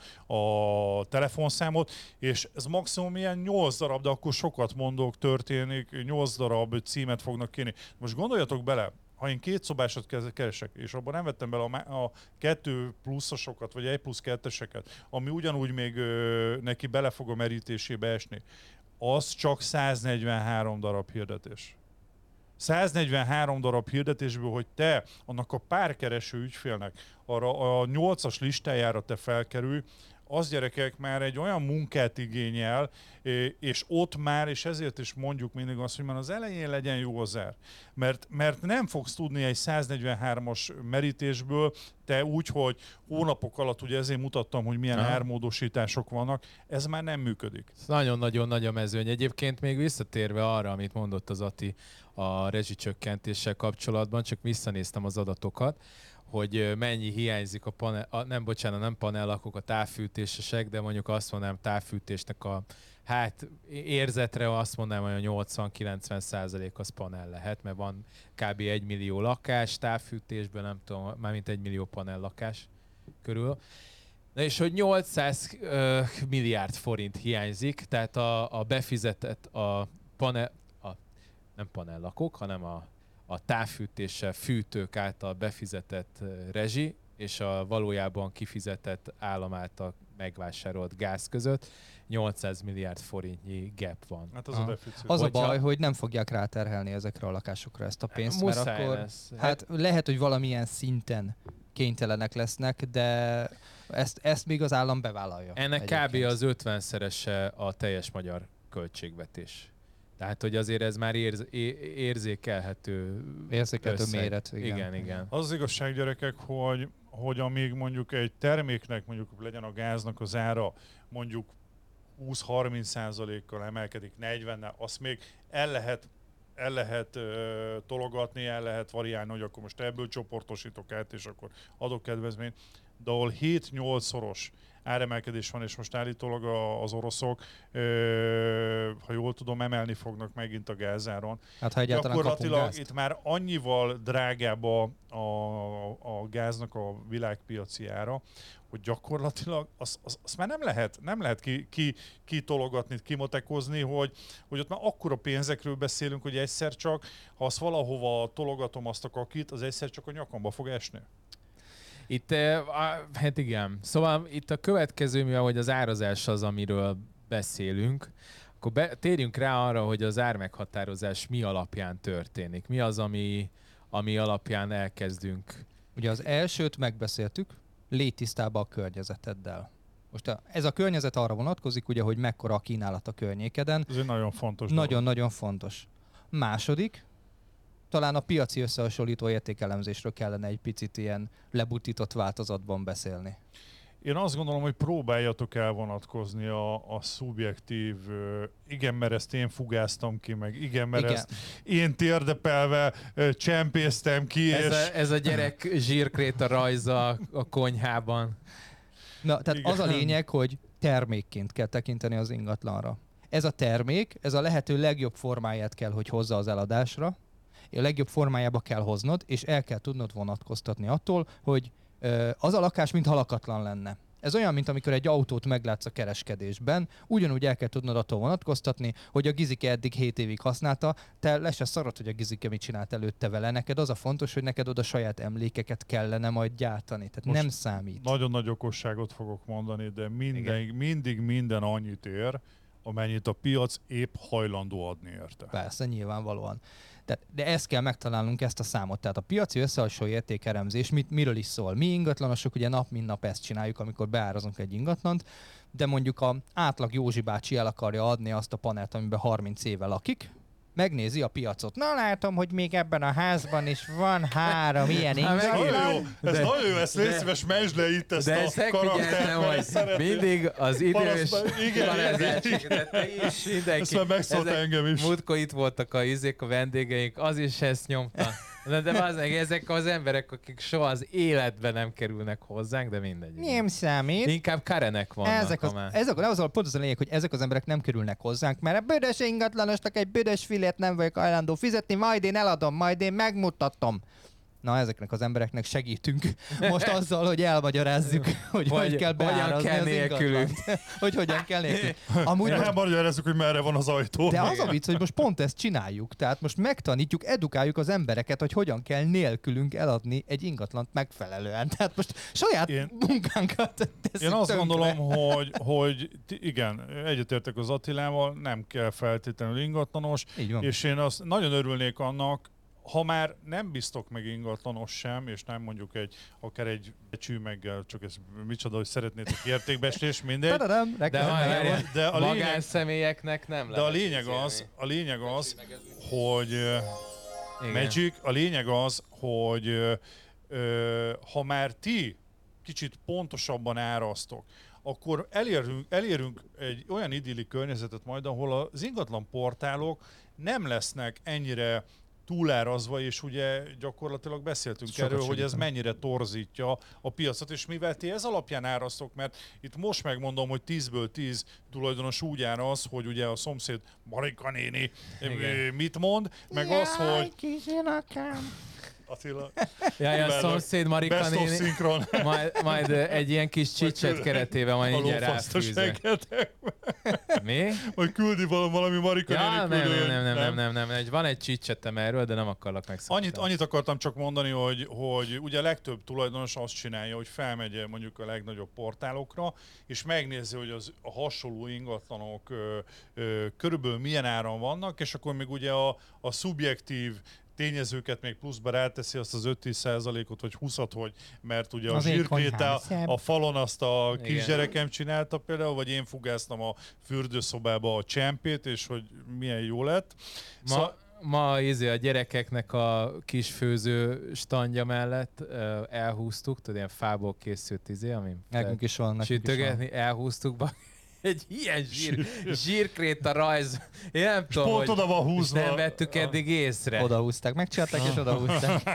[SPEAKER 4] a telefonszámot, és ez maximum ilyen nyolc darab, de akkor sokat mondok, történik, nyolc darab címet fognak kérni. Most gondoljatok bele, ha én két szobásot keresek, és abban nem vettem bele a, a kettő pluszosokat, vagy egy plusz ketteseket, ami ugyanúgy még ö, neki bele fog a merítésébe esni, az csak száznegyvenhárom darab hirdetés. száznegyvenhárom darab hirdetésből, hogy te annak a párkereső ügyfélnek arra a nyolcas listájára te felkerülj, az, gyerekek, már egy olyan munkát igényel, és ott már, és ezért is mondjuk mindig azt, hogy már az elején legyen jó az ár. Mert, mert nem fogsz tudni egy száznegyvenhármas merítésből, te úgy, hogy hónapok alatt, ugye ezért mutattam, hogy milyen Aha. ármódosítások vannak, ez már nem működik.
[SPEAKER 2] Nagyon-nagyon nagy a mezőny. Egyébként még visszatérve arra, amit mondott az Ati a rezsicsökkentéssel kapcsolatban, csak visszanéztem az adatokat, hogy mennyi hiányzik a panel, a, nem bocsánat, nem panellakok, a távfűtésesek, de mondjuk azt mondanám távfűtésnek a, hát érzetre azt mondanám, hogy a nyolcvan-kilencven százalék az panel lehet, mert van kb. egy millió lakás távfűtésben, nem tudom, mármint egy millió panel lakás körül. Na és hogy nyolcszáz uh, milliárd forint hiányzik, tehát a, a befizetett a panel, a, nem panellakok, hanem a a távfűtéssel fűtők által befizetett rezsi és a valójában kifizetett állam által megvásárolt gáz között nyolcszáz milliárd forintnyi gap van.
[SPEAKER 4] Hát az, a deficit.
[SPEAKER 3] az a baj, hogy nem fogják ráterhelni ezekre a lakásokra ezt a pénzt, mert akkor
[SPEAKER 2] lesz.
[SPEAKER 3] Hát lehet, hogy valamilyen szinten kénytelenek lesznek, de ezt, ezt még az állam bevállalja.
[SPEAKER 2] Ennek egyébként. Kb. Az ötvenszerese a teljes magyar költségvetés. Tehát, hogy azért ez már érz, érzékelhető
[SPEAKER 3] Érzékelhető méret.
[SPEAKER 2] Igen. igen, igen.
[SPEAKER 4] Az az igazság, gyerekek, hogy, hogy amíg mondjuk egy terméknek, mondjuk legyen a gáznak az ára, mondjuk húsz-harminc százalékkal emelkedik, negyvennel, azt még el lehet, el lehet uh, tologatni, el lehet variálni, hogy akkor most ebből csoportosítok át, és akkor adok kedvezményt. de ahol hét-nyolcszoros áremelkedés van, és most állítólag az oroszok, ha jól tudom, emelni fognak megint a gázáron.
[SPEAKER 3] Hát ha egyáltalán
[SPEAKER 4] gyakorlatilag itt már annyival drágább a, a, a gáznak a világpiaci ára, hogy gyakorlatilag azt az, az már nem lehet, nem lehet ki, ki, kitologatni, kimotekozni, hogy, hogy ott már akkora pénzekről beszélünk, hogy egyszer csak, ha azt valahova tologatom azt a kakit, az egyszer csak a nyakamba fog esni.
[SPEAKER 2] Itt, hát igen. Szóval itt a következő, mivel hogy az árazás az, amiről beszélünk, akkor be, térjünk rá arra, hogy az ármeghatározás mi alapján történik. Mi az, ami, ami alapján elkezdünk.
[SPEAKER 3] Ugye az elsőt megbeszéltük, légy tisztában a környezeteddel. Most a, ez a környezet arra vonatkozik, ugye, hogy mekkora a kínálat a környékeden.
[SPEAKER 4] Ez egy nagyon fontos.
[SPEAKER 3] Nagyon-nagyon fontos. Második, talán a piaci összehasonlító értékelemzésről kellene egy picit ilyen lebutított változatban beszélni.
[SPEAKER 4] Én azt gondolom, hogy próbáljatok elvonatkozni a, a szubjektív, igen, mert ezt én fugáztam ki, meg igen, mert igen. ezt én térdepelve csempésztem ki.
[SPEAKER 2] Ez,
[SPEAKER 4] és...
[SPEAKER 2] a, ez a gyerek zsírkréta rajza a konyhában.
[SPEAKER 3] Na, tehát igen. Az a lényeg, hogy termékként kell tekinteni az ingatlanra. Ez a termék, ez a lehető legjobb formáját kell, hogy hozza az eladásra, a legjobb formájába kell hoznod, és el kell tudnod vonatkoztatni attól, hogy az a lakás mintha lakatlan lenne. Ez olyan, mint amikor egy autót meglátsz a kereskedésben, ugyanúgy el kell tudnod attól vonatkoztatni, hogy a Gizike eddig hét évig használta, te le se szarod, hogy a Gizike mit csinált előtte vele. Neked az a fontos, hogy neked oda saját emlékeket kellene majd gyártani. Tehát most nem számít.
[SPEAKER 4] Nagyon nagy okosságot fogok mondani, de minden, mindig minden annyit ér, amennyit a piac épp hajlandó adni érte.
[SPEAKER 3] Persze, nyilvánvalóan. De, de ezt kell megtalálnunk, ezt a számot. Tehát a piaci összehasonlító értékelemzés mit, miről is szól? Mi ingatlanosok ugye nap mint nap ezt csináljuk, amikor beárazunk egy ingatlant, de mondjuk a átlag Józsi bácsi el akarja adni azt a panelt, amiben harminc éve lakik, megnézi a piacot. Na látom, hogy még ebben a házban is van három ilyen ingatlan.
[SPEAKER 4] Nagyon jó, ez de, nagyon jó, ezt légy szíves, mentsd le itt ezt
[SPEAKER 2] de
[SPEAKER 4] a karaktert,
[SPEAKER 2] hogy mindig az idős
[SPEAKER 4] karaktereket. Ezt már megszólt engem is.
[SPEAKER 2] Múltkor itt voltak a izék, a vendégeink, az is ezt nyomta. De, de az, ezek az emberek, akik soha az életben nem kerülnek hozzánk, de mindegy.
[SPEAKER 3] Nem számít.
[SPEAKER 2] Inkább Karenek vannak.
[SPEAKER 3] Ezek az, ezek, az, az, pont az a lényeg, hogy ezek az emberek nem kerülnek hozzánk, mert a büdös ingatlanosnak egy büdös filét nem vagyok hajlandó fizetni, majd én eladom, majd én megmutatom. Na, ezeknek az embereknek segítünk most azzal, hogy elmagyarázzuk, hogy hogy, hogy kell beárazni az ingatlant. Hogy hogyan kell nélkül.
[SPEAKER 4] Amúgy most... elmagyarázzuk, hogy merre van az ajtó.
[SPEAKER 3] De az a vicc, hogy most pont ezt csináljuk. Tehát most megtanítjuk, edukáljuk az embereket, hogy hogyan kell nélkülünk eladni egy ingatlant megfelelően. Tehát most saját Én... munkánkat tesszük
[SPEAKER 4] Én azt
[SPEAKER 3] tönkre.
[SPEAKER 4] gondolom, hogy, hogy igen, egyetértek az Attilával, nem kell feltétlenül ingatlanos, és én azt nagyon örülnék annak, ha már nem biztok meg ingatlanos sem, és nem mondjuk egy, akár egy csűmeggel, csak ez micsoda, hogy szeretnétek értékbeestés, mindegy.
[SPEAKER 2] De, de, a,
[SPEAKER 4] de a lényeg,
[SPEAKER 2] magánszemélyeknek nem
[SPEAKER 4] De a lényeg az, a lényeg az, hogy igen. Magic, a lényeg az, hogy ö, ha már ti kicsit pontosabban árasztok, akkor elérünk, elérünk egy olyan idilli környezetet majd, ahol az ingatlan portálok nem lesznek ennyire túlárazva, és ugye gyakorlatilag beszéltünk sokat erről, segíteni. Hogy ez mennyire torzítja a piacot, és mivel ti ez alapján árasztok, mert itt most megmondom, hogy tízből tíz tulajdonos úgy áraz, hogy ugye a szomszéd Marika néni igen. mit mond, meg Jaj, az, hogy... Attila.
[SPEAKER 2] Jaj, a szomszéd Marika néni. Majd, majd egy ilyen kis csicset keretében majd ingyen ráfűzök. Mi?
[SPEAKER 4] Majd küldi valami Marika
[SPEAKER 2] ja,
[SPEAKER 4] néni
[SPEAKER 2] küldő. Nem, nem, nem, nem, nem, nem. Van egy csicsetem erről, de nem akarlak megszakítani.
[SPEAKER 4] Annyit, annyit akartam csak mondani, hogy, hogy ugye a legtöbb tulajdonos azt csinálja, hogy felmegy mondjuk a legnagyobb portálokra, és megnézi, hogy az, a hasonló ingatlanok ö, ö, körülbelül milyen áron vannak, és akkor még ugye a, a szubjektív tényezőket még pluszba ráteszi azt az öt-tíz százalékot, vagy húszat, hogy mert ugye a zsírkréta a falon azt a kisgyerekem csinálta például, vagy én fugáztam a fürdőszobába a csempét, és hogy milyen jó lett.
[SPEAKER 2] Ma, szóval... ma izé a gyerekeknek a kis főző standja mellett uh, elhúztuk, tudod, ilyen fából készült izé, ami
[SPEAKER 3] nekünk is van, nekünk is van.
[SPEAKER 2] elhúztuk be. egy ilyen zsír, zsírkréta rajz. Én nem
[SPEAKER 4] és
[SPEAKER 2] tudom,
[SPEAKER 4] pont
[SPEAKER 2] hogy
[SPEAKER 4] oda van húzva.
[SPEAKER 2] nem vettük eddig észre.
[SPEAKER 3] Odahúzták, megcsinálták és odahúzták.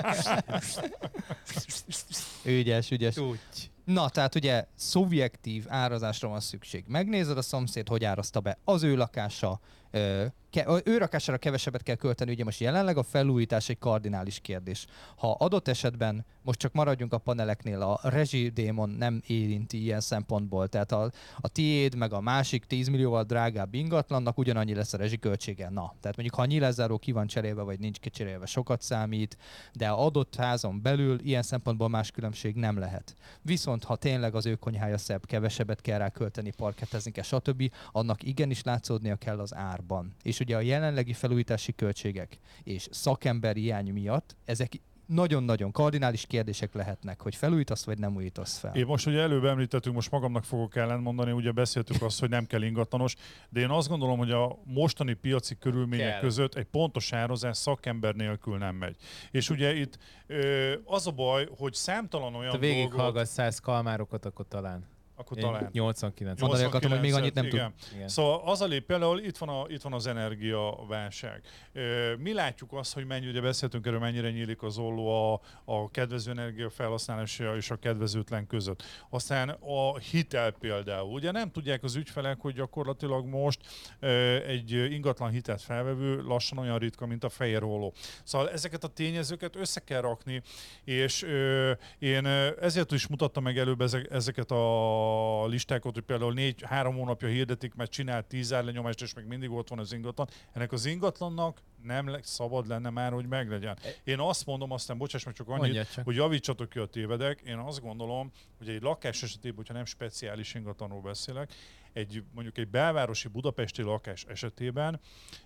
[SPEAKER 3] Ügyes, ügyes.
[SPEAKER 2] Úgy.
[SPEAKER 3] Na, tehát ugye szubjektív árazásra van szükség. Megnézed a szomszéd, hogy árazta be az ő lakása, ö, ke- ő lakására kevesebbet kell költeni, ugye most jelenleg a felújítás egy kardinális kérdés. Ha adott esetben, most csak maradjunk a paneleknél, a rezsidémon nem érinti ilyen szempontból, tehát a, a tiéd meg a másik tíz millióval drágább ingatlannak ugyanannyi lesz a rezsiköltsége. Na, tehát mondjuk ha a nyílezáró ki van cserélve, vagy nincs kicserélve, sokat számít, de a adott házon belül ilyen szempontból más különbség nem lehet. Viszont ha tényleg az ő konyhája szebb, kevesebbet kell rá költeni, parkettezni kell, stb., annak igenis látszódnia kell az árban. És ugye a jelenlegi felújítási költségek és szakemberi hiány miatt ezek nagyon-nagyon kardinális kérdések lehetnek, hogy felújítasz vagy nem újítasz fel.
[SPEAKER 4] Én most ugye előbb említettünk, most magamnak fogok ellentmondani, ugye beszéltük azt, hogy nem kell ingatlanos, de én azt gondolom, hogy a mostani piaci körülmények
[SPEAKER 2] kell.
[SPEAKER 4] között egy pontos árazás szakember nélkül nem megy. És ugye itt ö, az a baj, hogy számtalan olyan
[SPEAKER 2] Ha
[SPEAKER 4] dolgot...
[SPEAKER 2] végighallgatsz száz kalmárokat, akkor talán.
[SPEAKER 4] Akkor
[SPEAKER 2] Én
[SPEAKER 4] talán.
[SPEAKER 2] nyolcvankilenc.
[SPEAKER 3] Mondani akartam, hogy még annyit nem
[SPEAKER 4] igen.
[SPEAKER 3] tud.
[SPEAKER 2] Igen.
[SPEAKER 4] Szóval az a lép, például itt van, a, itt van az energiaválság. Mi látjuk azt, hogy mennyi, ugye beszéltünk erről, mennyire nyílik az olló a, a kedvező energia felhasználása és a kedvezőtlen között. Aztán a hitel például. Ugye nem tudják az ügyfelek, hogy gyakorlatilag most egy ingatlan hitelt felvevő lassan olyan ritka, mint a fehér olló. Szóval ezeket a tényezőket össze kell rakni, és én ezért is mutattam meg előbb ezeket a a listákat, hogy például négy, három hónapja hirdetik, mert csinált tíz árlenyomást, és még mindig ott van az ingatlan. Ennek az ingatlannak nem le- szabad lenne már, hogy meglegyen. Én azt mondom, aztán bocsáss meg csak annyit, csak. hogy javítsatok ki a tévedek. Én azt gondolom, hogy egy lakás esetében, hogyha nem speciális ingatlanról beszélek, egy, mondjuk egy belvárosi budapesti lakás esetében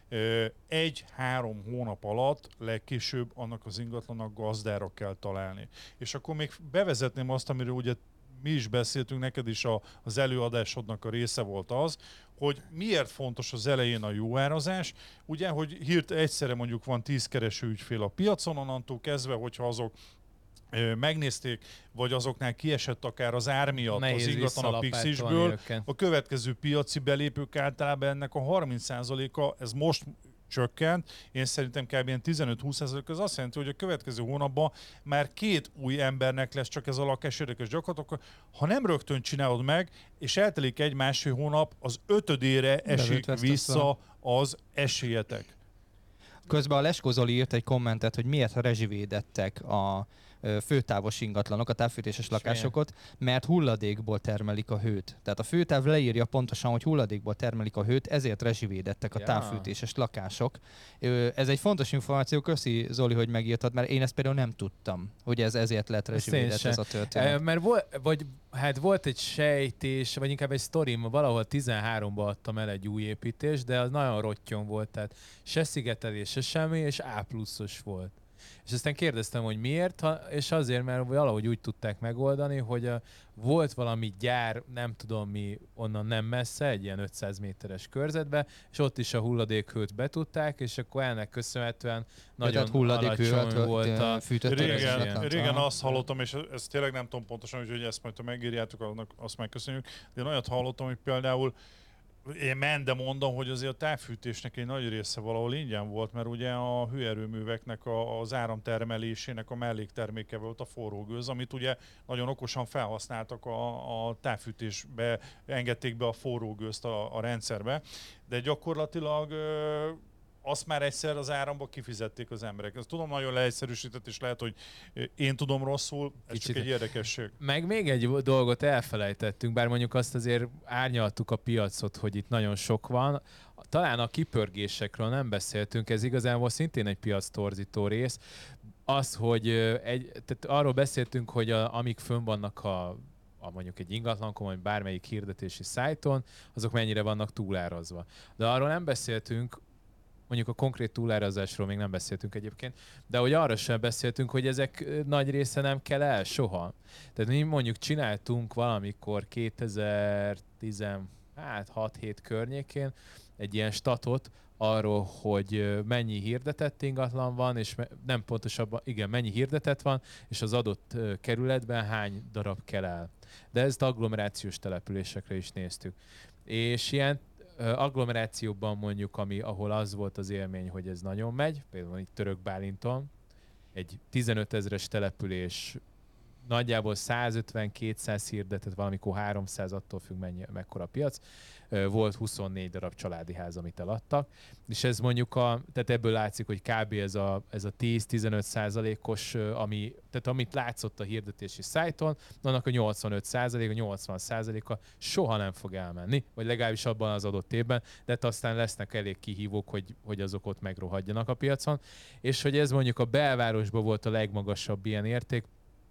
[SPEAKER 4] egy-három hónap alatt legkésőbb annak az ingatlannak gazdára kell találni. És akkor még bevezetném azt, amiről ugye mi is beszéltünk, neked is a, az előadásodnak a része volt az, hogy miért fontos az elején a jó árazás. Ugye, hogy hirt egyszerre mondjuk van tíz kereső ügyfél a piacon, onnantól kezdve, hogyha azok ö, megnézték, vagy azoknál kiesett akár az ár miatt
[SPEAKER 2] nehéz
[SPEAKER 4] az ingatlan a Pixisből, a következő piaci belépők általában ennek a harminc százaléka, ez most csökkent, én szerintem kb. Ilyen tizenöt-húsz százalék, az azt jelenti, hogy a következő hónapban már két új embernek lesz csak ez a lakás érdekes gyakorlatilag. Ha nem rögtön csinálod meg, és eltelik egy másfél hónap, az ötödére esik vissza az esélyetek.
[SPEAKER 3] Közben a Leskó Zoli írt egy kommentet, hogy miért rezsivédettek a főtávos ingatlanok, a távfűtéses lakásokat, mert hulladékból termelik a hőt. Tehát a főtáv leírja pontosan, hogy hulladékból termelik a hőt, ezért rezsivédettek a
[SPEAKER 2] ja. távfűtéses
[SPEAKER 3] lakások. Ez egy fontos információ, köszi Zoli, hogy megírtad, mert én ezt például nem tudtam, hogy ez ezért lett rezsivédett ez a történet.
[SPEAKER 2] E, mert volt, vagy, hát volt egy sejtés, vagy inkább egy sztorim, valahol tizenháromban adtam el egy új építést, de az nagyon rottyon volt, tehát se szigetelés, se semmi, és A pluszos volt. És aztán kérdeztem, hogy miért, ha, és azért, mert valahogy úgy tudták megoldani, hogy a, volt valami gyár, nem tudom mi, onnan nem messze, egy ilyen ötszáz méteres körzetbe, és ott is a hulladékhőt betudták, és akkor ennek köszönhetően nagyon alacsony volt a
[SPEAKER 4] Régen, régen azt hallottam, és ezt tényleg nem tudom pontosan, hogy ezt majd ha megírjátok, annak azt megköszönjük, de én olyat hallottam, hogy például én mende mondom, hogy azért a távfűtésnek egy nagy része valahol ingyen volt, mert ugye a hőerőműveknek a, az áramtermelésének a mellékterméke volt a forrógőz, amit ugye nagyon okosan felhasználtak a, a távfűtésbe, engedték be a forrógőzt a, a rendszerbe, de gyakorlatilag ö, azt már egyszer az áramba kifizették az emberek. Ezt tudom, nagyon leegyszerűsített, és lehet, hogy én tudom rosszul, ez Kicsit. csak egy érdekesség.
[SPEAKER 2] Meg még egy dolgot elfelejtettünk, bár mondjuk azt azért árnyaltuk a piacot, hogy itt nagyon sok van. Talán a kipörgésekről nem beszéltünk, ez igazából szintén egy piac torzító rész. Az, hogy egy, tehát arról beszéltünk, hogy a, amik fönn vannak a a mondjuk egy ingatlankon, vagy bármelyik hirdetési szájton, azok mennyire vannak túlárazva. De arról nem beszéltünk, mondjuk a konkrét túlárazásról még nem beszéltünk egyébként, de hogy arra sem beszéltünk, hogy ezek nagy része nem kell el soha. Tehát mi mondjuk csináltunk valamikor kétezer-tizenhat-hét környékén egy ilyen statot arról, hogy mennyi hirdetett ingatlan van, és nem pontosabban, igen, mennyi hirdetett van, és az adott kerületben hány darab kell el. De ezt agglomerációs településekre is néztük. És ilyen agglomerációban mondjuk, ami, ahol az volt az élmény, hogy ez nagyon megy, például itt Törökbálinton, egy tizenöt ezres település, nagyjából százötven-kétszáz hirdetett, valamikor háromszáz, attól függ mennyi, mekkora a piac. Volt huszonnégy darab családi ház, amit eladtak. És ez mondjuk, a, tehát ebből látszik, hogy kb. ez a, ez a tíz-tizenöt százalékos, ami, tehát amit látszott a hirdetési szájton, annak a nyolcvanöt százalék, a nyolcvan százaléka soha nem fog elmenni, vagy legalábbis abban az adott évben, de hát aztán lesznek elég kihívók, hogy, hogy azok ott megrohadjanak a piacon. És hogy ez mondjuk a belvárosban volt a legmagasabb ilyen érték,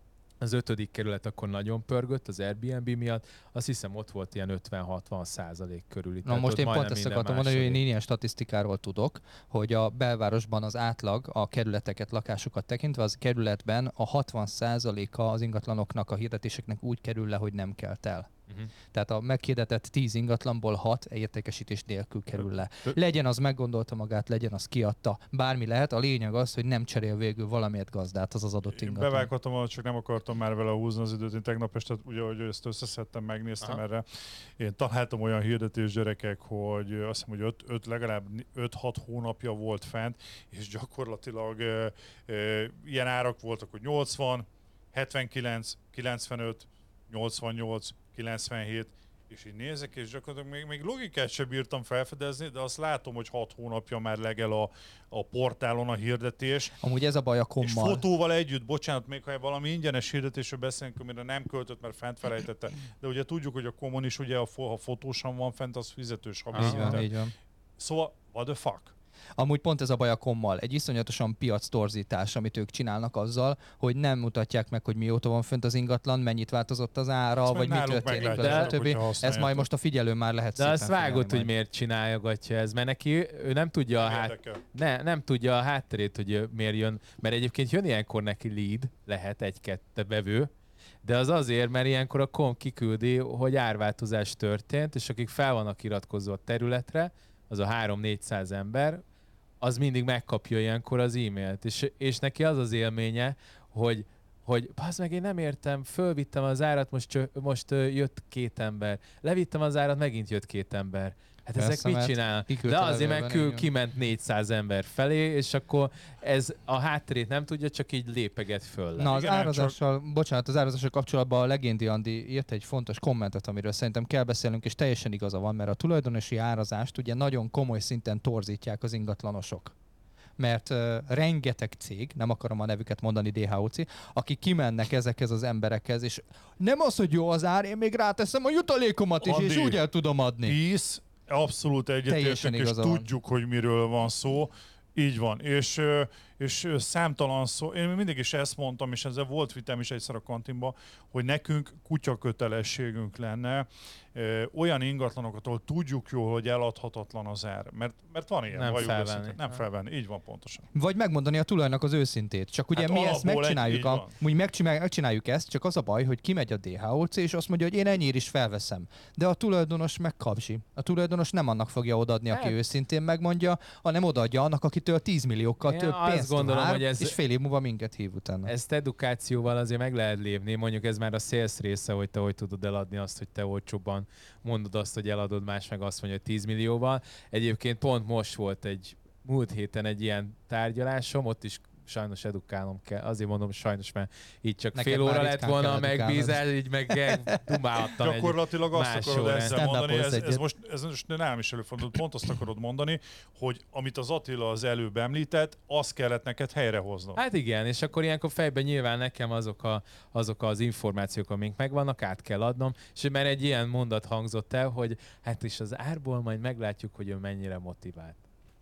[SPEAKER 2] az ötödik kerület akkor nagyon pörgött az Airbnb miatt, azt hiszem ott volt ilyen ötven-hatvan százalék körül.
[SPEAKER 3] Na most én pont ezt akartam mondani, hogy én ilyen statisztikáról tudok, hogy a belvárosban az átlag a kerületeket, lakásokat tekintve, az kerületben a hatvan százaléka az ingatlanoknak, a hirdetéseknek úgy kerül le, hogy nem kelt el. Uh-huh. Tehát a meghirdetett tíz ingatlanból hat értékesítés nélkül kerül le. Legyen az meggondolta magát, legyen az kiadta. Bármi lehet, a lényeg az, hogy nem cserél végül valamiért gazdát az az adott ingatlan.
[SPEAKER 4] Bevághatom, csak nem akartam már vele húzni az időt. Én tegnap este, ugye, hogy ezt összeszedtem, megnéztem Aha. erre. Én találtam olyan hirdetés, gyerekek, hogy azt hiszem, hogy öt, öt, legalább öt-hat hónapja volt fent, és gyakorlatilag e, e, ilyen árak voltak, hogy nyolcvan, hetvenkilenc, kilencvenöt, nyolcvannyolc, kilencvenhét, és így nézek, és gyakorlatilag még, még logikát sem bírtam felfedezni, de azt látom, hogy hat hónapja már legel a, a portálon a hirdetés.
[SPEAKER 3] Amúgy ez a baj a kommal.
[SPEAKER 4] És fotóval együtt, bocsánat, még ha valami ingyenes hirdetésről beszélünk, amire nem költött, mert fent felejtette, de ugye tudjuk, hogy a komon is ugye, ha fotósan van fent, az fizetős. Ha
[SPEAKER 3] így van, így van.
[SPEAKER 4] Szóval, what the fuck?
[SPEAKER 3] Amúgy pont ez a baj a kommal. Egy iszonyatosan piac torzítás, amit ők csinálnak azzal, hogy nem mutatják meg, hogy mióta van fönt az ingatlan, mennyit változott az ára, ezt vagy mit történik vele, stb. Ez majd most a figyelő már lehet
[SPEAKER 2] de azt vágod, hogy miért csinálgatja ez, mert neki ő nem tudja, a hát, ne, nem tudja a hátterét, hogy miért jön, mert egyébként jön ilyenkor neki lead, lehet egy-kettő bevő, de az azért, mert ilyenkor a kom kiküldi, hogy árváltozás történt, és akik fel vannak iratkozva a területre, az a három-négyszáz ember, az mindig megkapja ilyenkor az e-mailt. És, és neki az az élménye, hogy, hogy bazd meg, én nem értem, fölvittem az árat, most, most jött két ember. Levittem az árat, megint jött két ember. Hát ezek Persze, mit csinálnak? De azért meg kül, kiment négyszáz ember felé, és akkor ez a hátterét nem tudja, csak így lépeget föl.
[SPEAKER 3] Na az Igen, árazással, csak... bocsánat, az árazással kapcsolatban a Legendi Andi írt egy fontos kommentet, amiről szerintem kell beszélnünk, és teljesen igaza van, mert a tulajdonosi árazást ugye nagyon komoly szinten torzítják az ingatlanosok. Mert uh, rengeteg cég, nem akarom a nevüket mondani, dé há o cé, akik kimennek ezekhez az emberekhez, és nem az, hogy jó az ár, én még ráteszem a jutalékomat is, Andi, és úgy el tudom adni.
[SPEAKER 4] Hisz, abszolút egyetértek, és tudjuk, hogy miről van szó. Így van, és, és számtalan szó, én mindig is ezt mondtam, és ezzel volt vitem is egyszer a kantinban, hogy nekünk kutyakötelességünk lenne ö, olyan ingatlanokat, ahol tudjuk jól, hogy eladhatatlan az ár. Mert, mert van ilyen,
[SPEAKER 2] nem
[SPEAKER 4] felvenni. Nem felvenni, így van pontosan.
[SPEAKER 3] Vagy megmondani a tulajnak az őszintét. Csak ugye hát mi ezt megcsináljuk, egy, a, úgy megcsináljuk ezt, csak az a baj, hogy kimegy a dé há o cé, és azt mondja, hogy én ennyire is felveszem. De a tulajdonos megkapsi. A tulajdonos nem annak fogja odaadni, aki hát. őszintén megmondja, hanem odaadja annak, akitől tíz milliókkal több pénzt
[SPEAKER 2] gondolom,
[SPEAKER 3] vár,
[SPEAKER 2] hogy ez,
[SPEAKER 3] és fél év múlva minket hív utána.
[SPEAKER 2] Ezt edukációval azért meg lehet lépni. Mondjuk ez már a sales része, hogy te hogy tudod eladni azt, hogy te olcsóbban mondod azt, hogy eladod, más meg azt mondja, hogy tíz millióval. Egyébként pont most volt egy múlt héten egy ilyen tárgyalásom, ott is sajnos edukálnom kell. Azért mondom sajnos, mert így csak Neked fél óra lett volna a megbízás, így meg dumálhattam.
[SPEAKER 4] Gyakorlatilag azt akarod ezzel mondani, ez, ez, most, ez most nem is előfordult, pont azt akarod mondani, hogy amit az Attila az előbb említett, azt kellett neked helyrehoznod.
[SPEAKER 2] Hát igen, és akkor ilyenkor fejben nyilván nekem azok, a, azok az információk, amik megvannak, át kell adnom, és mert egy ilyen mondat hangzott el, hogy hát is az árból majd meglátjuk, hogy ő mennyire motivált.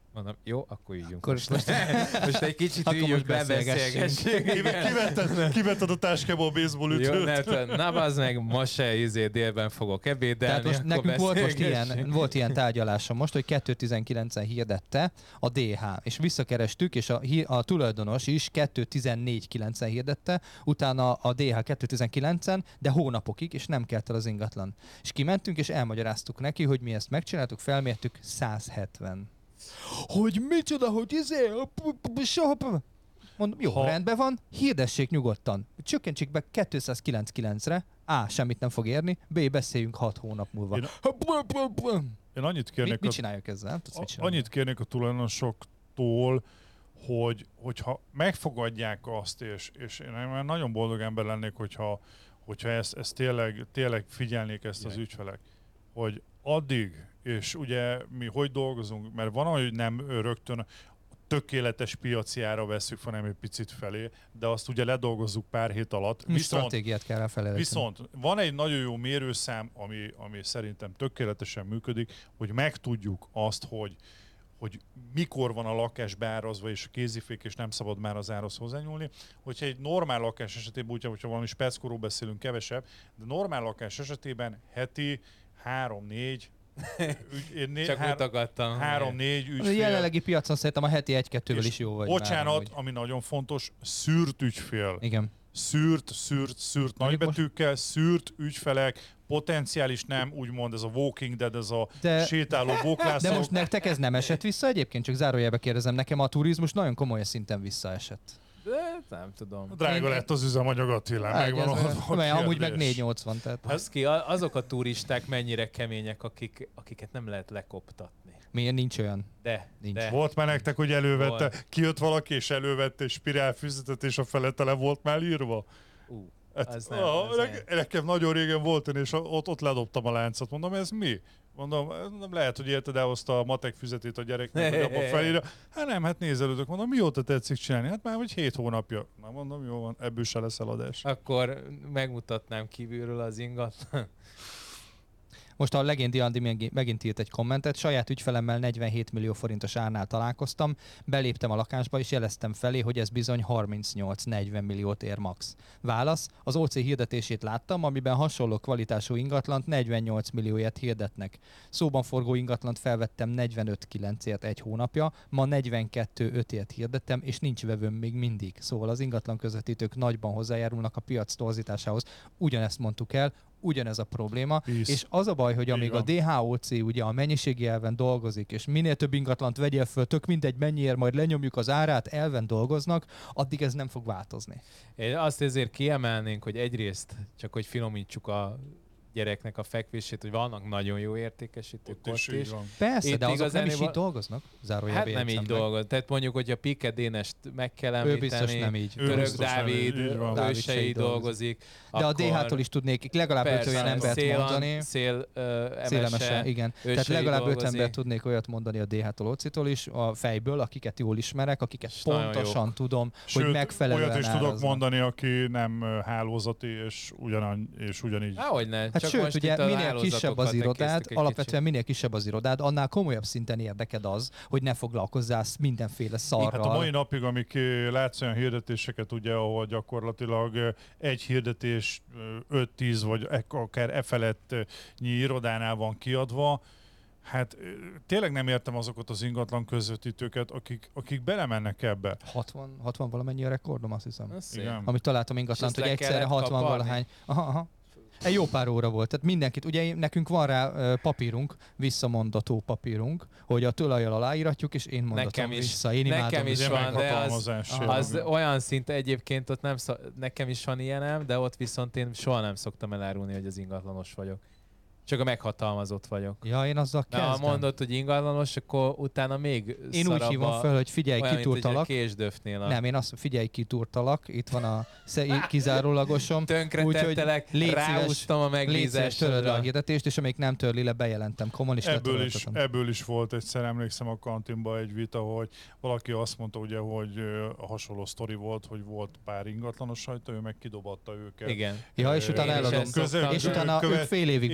[SPEAKER 2] Mondom, jó, akkor üljünk.
[SPEAKER 3] Akkor
[SPEAKER 2] Most, most, most egy kicsit
[SPEAKER 3] Akkor
[SPEAKER 2] üljünk,
[SPEAKER 3] most
[SPEAKER 2] bebeszélgessünk.
[SPEAKER 4] Kivetted, kivetted a táskából a baseball
[SPEAKER 2] Jó,
[SPEAKER 4] ütőt.
[SPEAKER 2] ne, na bazd meg, most se izé délben fogok ebédelni.
[SPEAKER 3] Tehát most nekünk volt most ilyen, volt ilyen tárgyalásom most, hogy kettő tizenkilencen hirdette a dé há, és visszakerestük, és a, a tulajdonos is kettő tizennégy kilencen hirdette, utána a dé há kettő tizenkilencen, de hónapokig, és nem kelt el az ingatlan. És kimentünk, és elmagyaráztuk neki, hogy mi ezt megcsináltuk, felmértük száz hetven. Hogy micsoda, hogy izé, soha... Mondom, jó, ha... rendben van, hirdessék nyugodtan. Csökkentsék be kétszázkilencvenkilencre, A. Semmit nem fog érni, B. Beszéljünk hat hónap múlva.
[SPEAKER 4] Én, Én annyit kérnék...
[SPEAKER 3] Mit, mit csináljuk ezzel? Tudsz, mit
[SPEAKER 4] csinálni? Annyit kérnék a tulajdonosoktól, hogy, hogyha megfogadják azt, és, és én már nagyon boldog ember lennék, hogyha, hogyha ezt, ezt tényleg, tényleg figyelnék ezt az ügyfelek, hogy addig, és ugye mi hogy dolgozunk, mert van, hogy nem rögtön tökéletes piaci ára veszük, hanem egy picit felé, de azt ugye ledolgozzuk pár hét alatt.
[SPEAKER 3] Mi viszont, stratégiát kell elfelejteni.
[SPEAKER 4] Viszont van egy nagyon jó mérőszám, ami, ami szerintem tökéletesen működik, hogy megtudjuk azt, hogy, hogy mikor van a lakás beárazva, és a kézifék, és nem szabad már az árhoz hozzányúlni. Hogyha egy normál lakás esetében, úgy, hogyha valami speckorról beszélünk, kevesebb, de normál lakás esetében heti három-négy
[SPEAKER 2] Én né- Csak mutogattam.
[SPEAKER 4] Három-négy ügyfél.
[SPEAKER 3] A jelenlegi piacon szerintem a heti egy-kettővel is jó vagy.
[SPEAKER 4] Bocsánat, már, ami nagyon fontos, szűrt ügyfél.
[SPEAKER 3] Igen.
[SPEAKER 4] Szűrt, szűrt, szűrt nagybetűkkel, szűrt ügyfelek, potenciális nem, úgymond ez a Walking Dead, ez a de, sétáló bóklászok.
[SPEAKER 3] De most nektek ez nem esett vissza egyébként? Csak zárójelbe kérdezem, nekem a turizmus nagyon komoly szinten visszaesett.
[SPEAKER 2] De nem tudom.
[SPEAKER 4] Drága én... lett az üzemanyag, Attila, megvan a,
[SPEAKER 3] a amúgy meg négy nyolcvan. Tehát.
[SPEAKER 2] Az ki, azok a turisták mennyire kemények, akik, akiket nem lehet lekoptatni.
[SPEAKER 3] Miért nincs olyan?
[SPEAKER 2] De,
[SPEAKER 3] nincs.
[SPEAKER 2] de.
[SPEAKER 4] Volt már nektek, hogy elővette,
[SPEAKER 2] volt.
[SPEAKER 4] Kijött valaki és elővette egy spirálfüzetet, és a felette le volt már írva?
[SPEAKER 2] Uh,
[SPEAKER 4] hát,
[SPEAKER 2] az nem,
[SPEAKER 4] ah,
[SPEAKER 2] az
[SPEAKER 4] ne,
[SPEAKER 2] nem.
[SPEAKER 4] Nekem nagyon régen volt, és ott, ott ledobtam a láncot. Mondom, ez mi? Mondom, nem lehet, hogy érted, elhozta a matek füzetét a gyereknek, hogy abba felírja. Hát nem, hát nézelődök. Mondom, mióta tetszik csinálni? Hát már hogy hét hónapja. Na mondom, jó van, ebből se lesz eladás.
[SPEAKER 2] Akkor megmutatnám kívülről az ingatlan.
[SPEAKER 3] Most a Legendi Andi megint írt egy kommentet, saját ügyfelemmel negyvenhét millió forintos árnál találkoztam, beléptem a lakásba és jeleztem felé, hogy ez bizony harmincnyolc-negyven milliót ér max. Válasz, az ó cé hirdetését láttam, amiben hasonló kvalitású ingatlant negyvennyolc millióért hirdetnek. Szóban forgó ingatlant felvettem negyvenöt kilencért egy hónapja, ma negyvenkettő ötért hirdettem, és nincs vevőm még mindig. Szóval az ingatlan közvetítők nagyban hozzájárulnak a piac torzításához. Ugyanezt mondtuk el, ugyanez a probléma, Hisz. És az a baj, hogy amíg a dé há o cé ugye a mennyiségi elven dolgozik, és minél több ingatlant vegyél föl, tök mindegy mennyiért, majd lenyomjuk az árát, elven dolgoznak, addig ez nem fog változni.
[SPEAKER 2] Én azt ezért kiemelnénk, hogy egyrészt csak hogy finomítsuk a gyereknek a fekvését, hogy vannak nagyon jó értékesítők ott, ott is. is.
[SPEAKER 3] Persze, itt de azok nem is így dolgoznak.
[SPEAKER 2] Hát nem így dolgoz. Tehát mondjuk, hogy a Pike Dénest meg kell említeni.
[SPEAKER 3] Ő biztos nem így.
[SPEAKER 2] Török Dávid, ő se így dolgozik.
[SPEAKER 3] De a dé hától is tudnék legalább öt olyan embert
[SPEAKER 2] szél,
[SPEAKER 3] mondani.
[SPEAKER 2] Szél uh,
[SPEAKER 3] Szélemese, igen. Tehát legalább öt embert tudnék olyat mondani a dé hától, o cé-tól is, a fejből, akiket jól ismerek, akiket és pontosan tudom,
[SPEAKER 4] Sőt,
[SPEAKER 3] hogy megfelelően
[SPEAKER 4] olyat is
[SPEAKER 3] áraznak.
[SPEAKER 4] tudok mondani, aki nem hálózati, és, ugyan, és ugyanígy.
[SPEAKER 2] Hogyne.
[SPEAKER 3] Hát sőt, ugye minél kisebb az irodád, alapvetően minél kisebb az irodád, annál komolyabb szinten érdeked az, hogy ne foglalkozzál mindenféle szarral.
[SPEAKER 4] Hát a mai napig, amik látsz olyan hirdetéseket, ugye, ahol gyakorlatilag egy hirdetés öt-tíz vagy akár e felettnyi irodánál van kiadva, hát tényleg nem értem azokat az ingatlan közvetítőket, akik, akik belemennek ebbe.
[SPEAKER 3] hatvan, hatvan valamennyi a rekordom, azt hiszem.
[SPEAKER 4] Igen.
[SPEAKER 3] Amit találtam ingatlant, hogy egyszerre hatvan valahány. Aha, aha. Egy jó pár óra volt, tehát mindenkit, ugye nekünk van rá uh, papírunk, visszamondató papírunk, hogy a tulajjal aláíratjuk, és én mondatom nekem is, vissza. Én
[SPEAKER 2] nekem is van, de az, az
[SPEAKER 4] jön.
[SPEAKER 2] olyan szinte egyébként ott nem szok, nekem is van ilyenem, de ott viszont én soha nem szoktam elárulni, hogy az ingatlanos vagyok. Csak a meghatalmazott vagyok.
[SPEAKER 3] Ja, én azzal kezdem.
[SPEAKER 2] Ha mondod, hogy ingatlanos, akkor utána még
[SPEAKER 3] én úgy hívom fel, hogy figyelj,
[SPEAKER 2] olyan,
[SPEAKER 3] kitúrtalak.
[SPEAKER 2] Késdöfnél.
[SPEAKER 3] Nem, én azt figyelj, kitúrtalak. Itt van a kizárólagosom.
[SPEAKER 2] Tönkretettelek, ráúztam a megbízásra.
[SPEAKER 3] Töröd a hirdetést, és amíg nem törli le, bejelentem komon, és
[SPEAKER 4] ebből is, ebből is volt egyszer, emlékszem a kantinban egy vita, hogy valaki azt mondta, ugye, hogy a hasonló sztori volt, hogy volt pár ingatlanos rajta, ő meg kidobatta őket.
[SPEAKER 2] Igen.
[SPEAKER 3] Ja, és utána eladom. És utána ők fél évig baszták,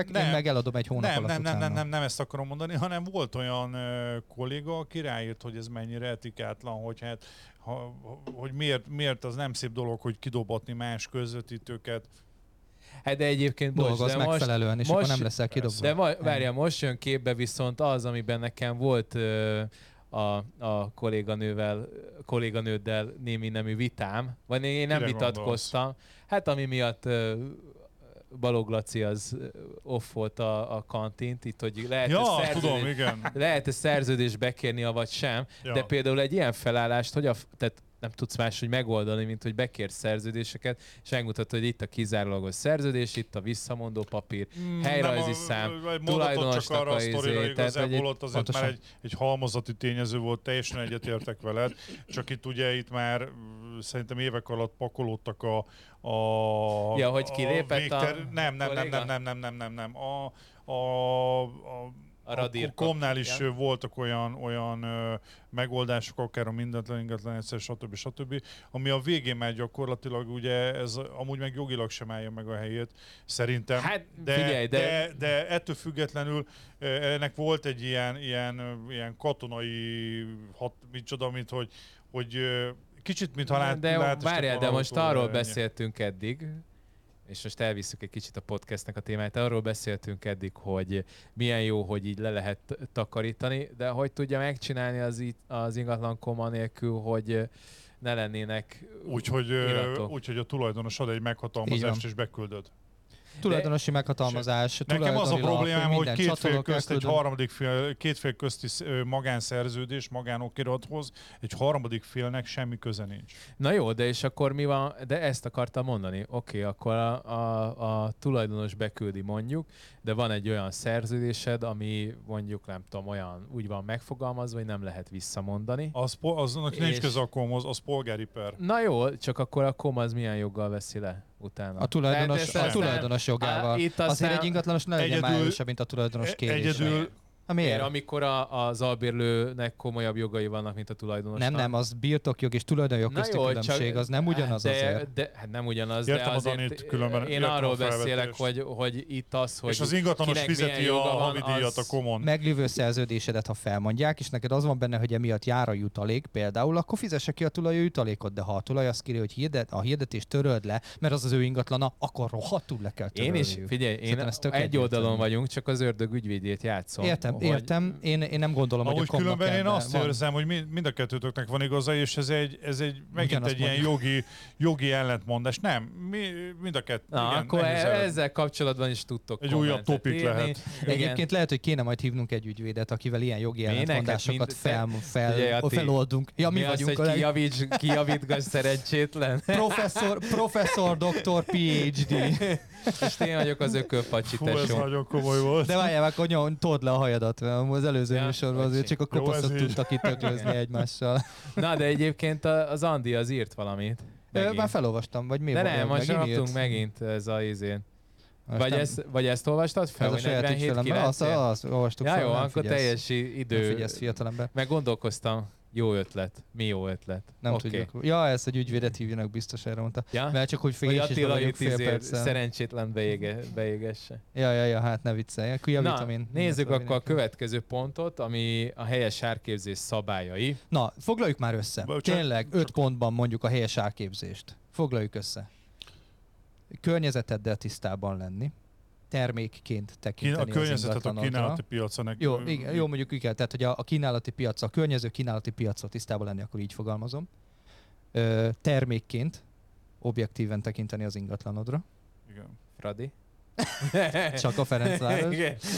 [SPEAKER 3] meg,
[SPEAKER 4] nem,
[SPEAKER 3] én meg eladom egy hónap
[SPEAKER 4] nem,
[SPEAKER 3] alatt
[SPEAKER 4] nem, nem,
[SPEAKER 3] utána.
[SPEAKER 4] nem, nem, nem ezt akarom mondani, hanem volt olyan uh, kolléga, aki ráírt, hogy ez mennyire etikátlan, hogy hát, ha, hogy miért, miért az nem szép dolog, hogy kidobatni más közvetítőket.
[SPEAKER 2] Hát de egyébként bocs,
[SPEAKER 3] dolgoz
[SPEAKER 2] de
[SPEAKER 3] megfelelően,
[SPEAKER 2] most,
[SPEAKER 3] és
[SPEAKER 2] most,
[SPEAKER 3] akkor nem leszel kidobva.
[SPEAKER 2] De ma, várjál, most jön képbe viszont az, amiben nekem volt ö, a, a kolléganővel, kolléganőddel némi nemű vitám, vagy én nem
[SPEAKER 4] Kire
[SPEAKER 2] vitatkoztam. Gondolsz? Hát ami miatt ö, Balogh Laci az off volt a, a kantint, itt, hogy lehet
[SPEAKER 4] Ja,
[SPEAKER 2] szerződés,
[SPEAKER 4] tudom, igen.
[SPEAKER 2] lehet-e szerződést bekérni, vagy sem,
[SPEAKER 4] Ja.
[SPEAKER 2] de például egy ilyen felállást, hogy a, tehát nem tudsz máshogy megoldani, mint hogy bekérsz szerződéseket, és megmutatod, hogy itt a kizárólagos szerződés, itt a visszamondó papír, mm, helyreajzi szám, tulajdonosnak a izé.
[SPEAKER 4] Igazából ott azért pontosan. Már egy, egy halmozati tényező volt, teljesen egyetértek veled, csak itt ugye itt már szerintem évek alatt pakolódtak a... a
[SPEAKER 2] ja, hogy kilépett a,
[SPEAKER 4] végter...
[SPEAKER 2] a
[SPEAKER 4] nem, nem, nem, nem, nem, nem, nem, nem, nem, a, a, a A, a Komnál is ja. voltak olyan, olyan ö, megoldások, akár a mindentlen, ingatlan egyszer, stb. stb. Ami a végén már gyakorlatilag ugye ez amúgy meg jogilag sem állja meg a helyét, szerintem.
[SPEAKER 2] Hát,
[SPEAKER 4] de,
[SPEAKER 2] figyelj, de...
[SPEAKER 4] De, de ettől függetlenül ennek volt egy ilyen, ilyen, ilyen katonai hat, micsoda, mint hogy, hogy kicsit, mintha lát,
[SPEAKER 2] de,
[SPEAKER 4] lát,
[SPEAKER 2] várjál, de most arról ennyi. beszéltünk eddig, és most elviszük egy kicsit a podcastnek a témáját, arról beszéltünk eddig, hogy milyen jó, hogy így le lehet takarítani, de hogy tudja megcsinálni az, az ingatlan koma nélkül, hogy ne lennének
[SPEAKER 4] Úgyhogy úgy, hogy a tulajdonos ad egy meghatalmazást és beküldöd.
[SPEAKER 3] Tulajdonosi meghatalmazás.
[SPEAKER 4] Nekem az a problémám, hogy két fél közt egy harmadik fél, két fél közti magánszerződés, magánokirathoz egy harmadik félnek semmi köze nincs.
[SPEAKER 2] Na jó, de és akkor mi van, de ezt akartam mondani. Oké, okay, akkor a, a, a tulajdonos beküldi mondjuk, de van egy olyan szerződésed, ami mondjuk nem tudom, olyan úgy van megfogalmazva, hogy nem lehet visszamondani.
[SPEAKER 4] Az, aznak és... nincs köze a komhoz, az polgári per.
[SPEAKER 2] Na jó, csak akkor a kom az milyen joggal veszi le? Utána.
[SPEAKER 3] A tulajdonos, a tulajdonos jogával. Itt aztán azért egy ingatlanos ne legyen májusabb, mint a tulajdonos kérése.
[SPEAKER 4] Egyedül,
[SPEAKER 3] ha miért?
[SPEAKER 2] Amikor a, az albérlőnek komolyabb jogai vannak, mint a tulajdonosnak.
[SPEAKER 3] Nem, nem, az birtokjog és tulajdonjog közti jó, különbség, az nem ugyanaz
[SPEAKER 2] de,
[SPEAKER 3] azért.
[SPEAKER 2] De, hát nem ugyanaz,
[SPEAKER 4] értem
[SPEAKER 2] de azért
[SPEAKER 4] különben,
[SPEAKER 2] én arról beszélek, hogy, hogy itt az, hogy
[SPEAKER 4] és az ingatlanos fizeti a havidíjat a komon.
[SPEAKER 3] Meglévő szerződésedet, ha felmondják, és neked az van benne, hogy emiatt jár a jutalék például, akkor fizesse ki a tulaj a jutalékot, de ha a tulaj azt kéri, hogy hirdet, a hirdetést töröld le, mert az az ő ingatlana, akkor rohadtul le kell törölni.
[SPEAKER 2] Én is, figyelj, én egy oldalon vagyunk, csak az ördög ügyvédjét játszom.
[SPEAKER 3] Értem, értem. Én, én nem gondolom,
[SPEAKER 4] ahogy
[SPEAKER 3] hogy a komnak
[SPEAKER 4] különben
[SPEAKER 3] kell,
[SPEAKER 4] én azt érzem, hogy mind a kettőtöknek van igaza, és ez egy, ez egy megint Ugyanazt egy ilyen jogi, jogi ellentmondás. Nem, mi, mind a kettő.
[SPEAKER 2] Na,
[SPEAKER 4] igen,
[SPEAKER 2] akkor ezzel kapcsolatban is tudtok
[SPEAKER 4] egy újabb topik
[SPEAKER 2] írni.
[SPEAKER 4] lehet.
[SPEAKER 3] Egyébként lehet, hogy kéne majd hívnunk egy ügyvédet, akivel ilyen jogi ellentmondásokat fel, fel, fel, feloldunk. Ja, mi, mi vagyunk
[SPEAKER 2] az, hogy kijavíts, kijavítgass szerencsétlen?
[SPEAKER 3] Professzor, professzor, doktor, PhD.
[SPEAKER 2] És én vagyok az ökölpacsi tesó.
[SPEAKER 4] Fú, ez nagyon komoly volt.
[SPEAKER 3] De várjál, akkor nyom, told le a hajadat, mert az előző ja, műsorban azért csak a kopaszok tudtak itt öklözni egymással.
[SPEAKER 2] Na, de egyébként az Andi az írt valamit.
[SPEAKER 3] Megint. Már felolvastam, vagy mi?
[SPEAKER 2] De nem, most raktunk megint ez a izén. Vagy,
[SPEAKER 3] nem...
[SPEAKER 2] ezt, vagy ezt olvastad fel?
[SPEAKER 3] Ez a saját ügyfelemben, azt, azt olvastuk
[SPEAKER 2] ja,
[SPEAKER 3] fel.
[SPEAKER 2] Jó, akkor
[SPEAKER 3] figyelsz.
[SPEAKER 2] teljes idő.
[SPEAKER 3] Nem figyelsz, fiatalember.
[SPEAKER 2] Meg gondolkoztam. Jó ötlet. Mi jó ötlet?
[SPEAKER 3] Nem
[SPEAKER 2] okay.
[SPEAKER 3] tudjuk. Ja, ezt egy ügyvédet hívjanak, biztos erre mondta.
[SPEAKER 2] Ja?
[SPEAKER 3] Mert csak hogy félés is vagyunk fél perccel.
[SPEAKER 2] Szerencsétlen beége, beégesse.
[SPEAKER 3] Ja, ja, ja, hát ne viccelj.
[SPEAKER 2] Na, én. nézzük akkor a következő pontot, ami a helyes árképzés szabályai.
[SPEAKER 3] Na, foglaljuk már össze. Csak, Tényleg, öt csak... pontban mondjuk a helyes árképzést. Foglaljuk össze. Környezeteddel tisztában lenni. Termékként tekinteni
[SPEAKER 4] a környezetet a kínálati piacon.
[SPEAKER 3] Jó, igen, jó, mondjuk igen, tehát hogy a, a kínálati piacra, a környező kínálati piacra tisztában lenni, akkor így fogalmazom. Ö, termékként objektíven tekinteni az ingatlanodra.
[SPEAKER 4] Igen.
[SPEAKER 2] Fradi?
[SPEAKER 3] Csak a Ferencváros.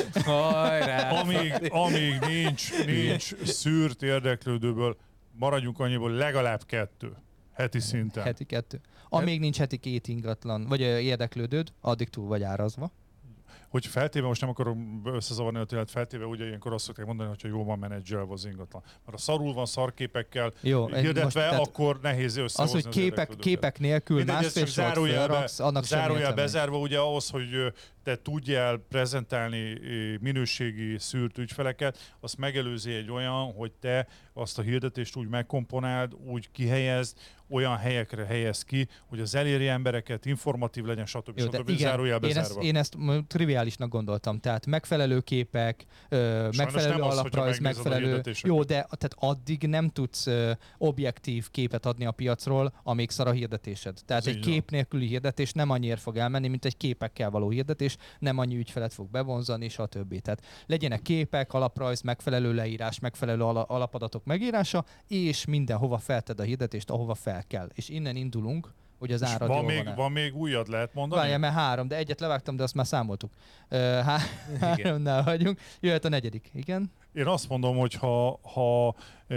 [SPEAKER 4] amíg, amíg nincs, nincs szűrt érdeklődőből, maradjunk annyiból legalább kettő. Heti szinten.
[SPEAKER 3] Heti kettő. Amíg nincs heti két ingatlan, vagy érdeklődőd, addig túl vagy árazva.
[SPEAKER 4] Hogy feltéve, most nem akarom összezavarni a tényleg, feltéve ugye ilyenkor azt szokták mondani, hogyha jól van menedzselve az ingatlan. Mert ha szarul van szarképekkel jó, hirdetve, most, akkor nehéz összehozni
[SPEAKER 3] az, hogy képek, képek nélkül másfél sort felraksz, annak
[SPEAKER 4] zárójel bezárva, ugye ahhoz, hogy te tudjál prezentálni minőségi szűrt ügyfeleket, azt megelőzi egy olyan, hogy te azt a hirdetést úgy megkomponáld, úgy kihelyezd, olyan helyekre helyez ki, hogy az eléri embereket, informatív legyen, stb.
[SPEAKER 3] Jó,
[SPEAKER 4] stb.
[SPEAKER 3] Igen,
[SPEAKER 4] Zárójel
[SPEAKER 3] én,
[SPEAKER 4] bezárva.
[SPEAKER 3] ezt, én ezt triviálisnak gondoltam, tehát megfelelő képek, ö, megfelelő
[SPEAKER 4] az,
[SPEAKER 3] alaprajz, megfelelő... Jó, de tehát addig nem tudsz ö, objektív képet adni a piacról, amíg szar a hirdetésed. Tehát
[SPEAKER 4] Ez
[SPEAKER 3] egy
[SPEAKER 4] így
[SPEAKER 3] kép
[SPEAKER 4] van.
[SPEAKER 3] nélküli hirdetés nem annyiért fog elmenni, mint egy képekkel való hirdetés, nem annyi ügyfelet fog bevonzani, stb. Tehát legyenek képek, alaprajz, megfelelő leírás, megfelelő ala- alapadatok megírása, és mindenhova felted a hirdetést, ahova fel kell. És innen indulunk, hogy az
[SPEAKER 4] És
[SPEAKER 3] árad
[SPEAKER 4] van,
[SPEAKER 3] jól
[SPEAKER 4] még,
[SPEAKER 3] van-e.
[SPEAKER 4] van még újat lehet mondani?
[SPEAKER 3] Várjál, mert három, de egyet levágtam, de azt már számoltuk. Uh, há- háromnál vagyunk. Jöhet a negyedik, igen?
[SPEAKER 4] Én azt mondom, hogy ha, ha, e,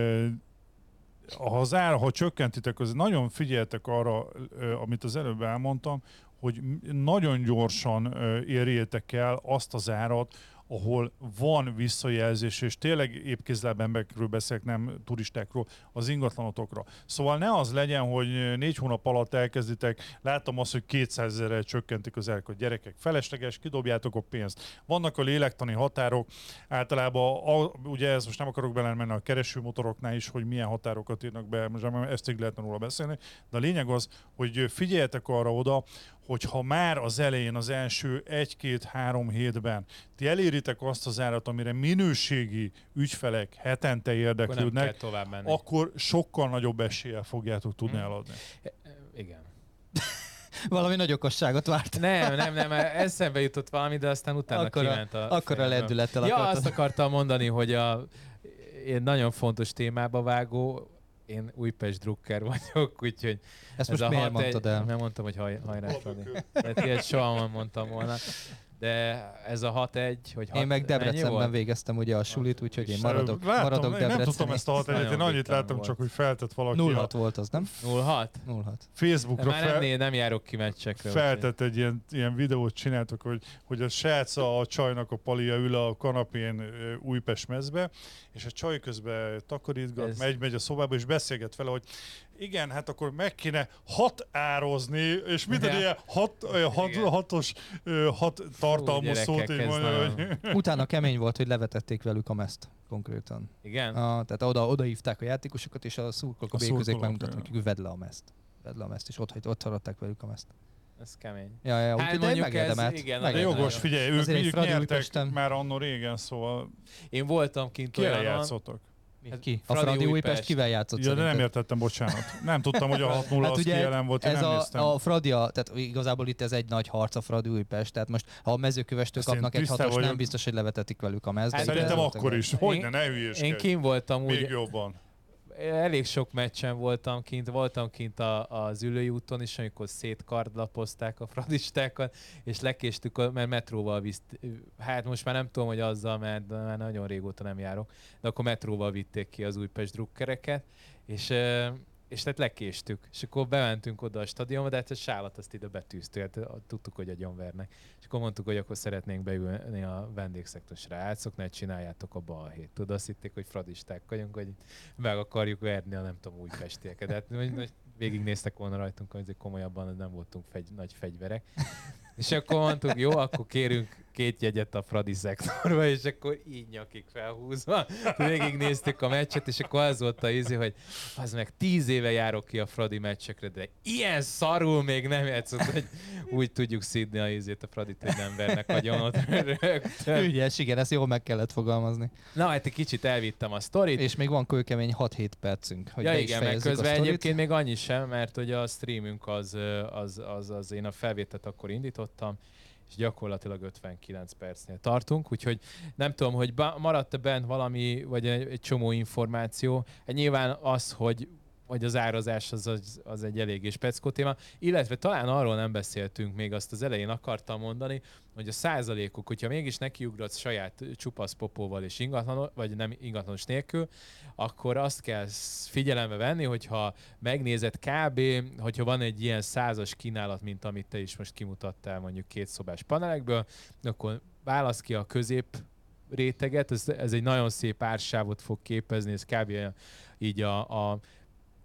[SPEAKER 4] ha az ár, ha csökkentitek, az nagyon figyeltek arra, e, amit az előbb elmondtam, hogy nagyon gyorsan e, érjétek el azt az árat, ahol van visszajelzés, és tényleg épkézláb emberekről beszélek, nem turistákról, az ingatlanotokra. Szóval ne az legyen, hogy négy hónap alatt elkezditek, láttam azt, hogy kétszázezerrel csökkentik az árakat. Gyerekek, felesleges, kidobjátok a pénzt. Vannak a lélektani határok, általában, a, ugye ez most nem akarok belemenni a keresőmotoroknál is, hogy milyen határokat írnak be, most ezt így lehetne róla beszélni, de a lényeg az, hogy figyeljetek arra oda, hogyha már az elején, az első egy-két-három hétben ti eléritek azt az árat, amire minőségi ügyfelek hetente érdeklődnek,
[SPEAKER 2] akkor,
[SPEAKER 4] akkor sokkal nagyobb eséllyel fogjátok tudni
[SPEAKER 2] hmm.
[SPEAKER 4] eladni.
[SPEAKER 2] Igen.
[SPEAKER 3] Valami nagy okosságot várt.
[SPEAKER 2] Nem, nem, nem, eszembe jutott valami, de aztán utána
[SPEAKER 3] akkor
[SPEAKER 2] kiment a...
[SPEAKER 3] Akkor a lendülettel
[SPEAKER 2] Ja,
[SPEAKER 3] akartad.
[SPEAKER 2] azt akartam mondani, hogy a én nagyon fontos témába vágó, én Újpest drukker vagyok, úgyhogy...
[SPEAKER 3] Ezt
[SPEAKER 2] ez
[SPEAKER 3] most
[SPEAKER 2] a
[SPEAKER 3] miért
[SPEAKER 2] hat
[SPEAKER 3] mondtad el?
[SPEAKER 2] Nem mondtam, hogy haj, hajrá Fradi. Tehát ilyet soha nem mondtam volna. De ez a hat egy, hogy hat,
[SPEAKER 3] Én meg Debrecenben végeztem ugye a sulit, úgyhogy én maradok,
[SPEAKER 4] Láttam,
[SPEAKER 3] maradok
[SPEAKER 4] én
[SPEAKER 3] Debreceni.
[SPEAKER 4] nem tudtam ezt a hat egyet, én annyit
[SPEAKER 2] vitám
[SPEAKER 4] láttam
[SPEAKER 2] volt.
[SPEAKER 4] csak, hogy feltett valaki
[SPEAKER 3] nulla
[SPEAKER 4] a
[SPEAKER 3] hat volt az, nem?
[SPEAKER 2] nulla hat?
[SPEAKER 3] nulla hat.
[SPEAKER 4] Facebookra
[SPEAKER 2] Már
[SPEAKER 4] fel,
[SPEAKER 2] nem, nem járok ki meccsekre.
[SPEAKER 4] feltett egy ilyen, ilyen videót csináltok, hogy, hogy a srác a csajnak a palia ül a kanapén ö, Újpest mezbe, és a csaj közben takarítgat,
[SPEAKER 2] Ez-
[SPEAKER 4] megy, megy a szobába, és beszélget vele, hogy igen, hát akkor meg kéne hat ározni, és minden
[SPEAKER 2] Ja.
[SPEAKER 4] ilyen hat, ö, hat,
[SPEAKER 2] Igen.
[SPEAKER 4] hatos, ö, hat tartalmú
[SPEAKER 2] gyerekek,
[SPEAKER 4] szót, így
[SPEAKER 2] ez
[SPEAKER 4] mondja,
[SPEAKER 2] nagyon-
[SPEAKER 4] hogy
[SPEAKER 3] Utána kemény volt, hogy levetették velük a mezt konkrétan.
[SPEAKER 2] Igen?
[SPEAKER 3] Ah, tehát oda, oda hívták a játékosokat, és a szurkolók a
[SPEAKER 4] A
[SPEAKER 3] B közék
[SPEAKER 4] szurkolók,
[SPEAKER 3] megmutatnak,
[SPEAKER 4] ja.
[SPEAKER 3] hogy vedd le a mezt. Vedd le a mezt, és ott, hagy- ott haradták velük a mezt.
[SPEAKER 2] Ez kemény.
[SPEAKER 3] Ja, ja,
[SPEAKER 2] Hát
[SPEAKER 3] úgyhogy de
[SPEAKER 2] mondjuk ez-
[SPEAKER 3] megérdemelt.
[SPEAKER 2] igen,
[SPEAKER 4] de
[SPEAKER 3] megérdemelt.
[SPEAKER 4] jogos, figyelj, ők,
[SPEAKER 3] Azért egy
[SPEAKER 4] ők
[SPEAKER 3] Fradi
[SPEAKER 4] nyertek
[SPEAKER 3] Újpesten-
[SPEAKER 4] már annó régen, szóval
[SPEAKER 2] Én voltam kint
[SPEAKER 4] ki
[SPEAKER 2] olyanon.
[SPEAKER 4] játszottak?
[SPEAKER 2] Hát
[SPEAKER 3] Ki? A
[SPEAKER 2] Fradi
[SPEAKER 3] Fradi Újpest,
[SPEAKER 2] Újpest.
[SPEAKER 3] kivel játszott
[SPEAKER 4] Ja, de nem
[SPEAKER 3] szerinted?
[SPEAKER 4] értettem, bocsánat. Nem tudtam, hogy a hat nulla
[SPEAKER 3] Hát
[SPEAKER 4] az
[SPEAKER 3] ugye
[SPEAKER 4] kijelen volt, én
[SPEAKER 3] ez
[SPEAKER 4] nem
[SPEAKER 3] a,
[SPEAKER 4] néztem.
[SPEAKER 3] a Fradia, tehát igazából itt ez egy nagy harc a Fradi Újpest, tehát most ha a mezőkövestől
[SPEAKER 4] Ezt én
[SPEAKER 3] kapnak egy
[SPEAKER 4] tisztán
[SPEAKER 3] hatos, nem
[SPEAKER 4] vagyok.
[SPEAKER 3] biztos, hogy levetetik velük a mezt.
[SPEAKER 2] Hát
[SPEAKER 4] Szerintem
[SPEAKER 2] de-
[SPEAKER 4] akkor is. Hogyne, ne
[SPEAKER 2] Én
[SPEAKER 4] hülyéskedj.
[SPEAKER 2] kint voltam úgy,
[SPEAKER 4] Még jobban.
[SPEAKER 2] elég sok meccsen voltam kint, voltam kint a, az Ülői úton is, amikor szétkardlapozták a fradistákat, és lekéstük, a- mert metróval viszt, hát most már nem tudom, hogy azzal, mert már nagyon régóta nem járok, de akkor metróval vitték ki az Újpest drukkereket, és ö, és tehát lekéstük, és akkor bementünk oda a stadionba, de hát a sálat azt ide betűztük, hát tudtuk, hogy agyonvernek. És akkor mondtuk, hogy akkor szeretnénk beülni a vendégszektor srácok, ne csináljátok a balhét. Tudod, azt hitték, hogy fradisták vagyunk, hogy meg akarjuk verni a nem tudom újpestieket. De hát hogy végignéztek volna rajtunk, hogy azért komolyabban nem voltunk fegy, nagy fegyverek. És akkor mondtuk, jó, akkor kérünk két jegyet a Fradi szektorba, és akkor így nyakig felhúzva. Végignéztük a meccset, és akkor az volt a ízi, hogy az meg tíz éve járok ki a Fradi meccsekre, de ilyen szarul még nem játszott, hogy úgy tudjuk szídni a ízét a Fradit, hogy nem vernek agyonot rögtön.
[SPEAKER 3] Ügyes, igen, ezt jól meg kellett fogalmazni.
[SPEAKER 2] Na, hát egy kicsit elvittem a sztorit.
[SPEAKER 3] És még van kőkemény hat-hét percünk, hogy
[SPEAKER 2] Ja
[SPEAKER 3] be is
[SPEAKER 2] igen, meg
[SPEAKER 3] fejezzük a
[SPEAKER 2] közben
[SPEAKER 3] sztorit.
[SPEAKER 2] egyébként még annyi sem, mert hogy a streamünk az, az, az, az én a felvételt akkor indítottam, és gyakorlatilag ötvenkilenc percnél tartunk, úgyhogy nem tudom, hogy ba- maradt-e bent valami, vagy egy, egy csomó információ. Hát nyilván az, hogy hogy az árazás az, az, az egy eléggé speckó téma, illetve talán arról nem beszéltünk, még azt az elején akartam mondani, hogy a százalékok, hogyha mégis nekiugratsz saját csupasz popóval és ingatlanos, vagy nem ingatlanos nélkül, akkor azt kell figyelembe venni, hogyha megnézed kb., hogyha van egy ilyen százas kínálat, mint amit te is most kimutattál mondjuk két szobás panelekből, akkor válasz ki a közép réteget, ez, ez egy nagyon szép ársávot fog képezni, ez kb. Így a, a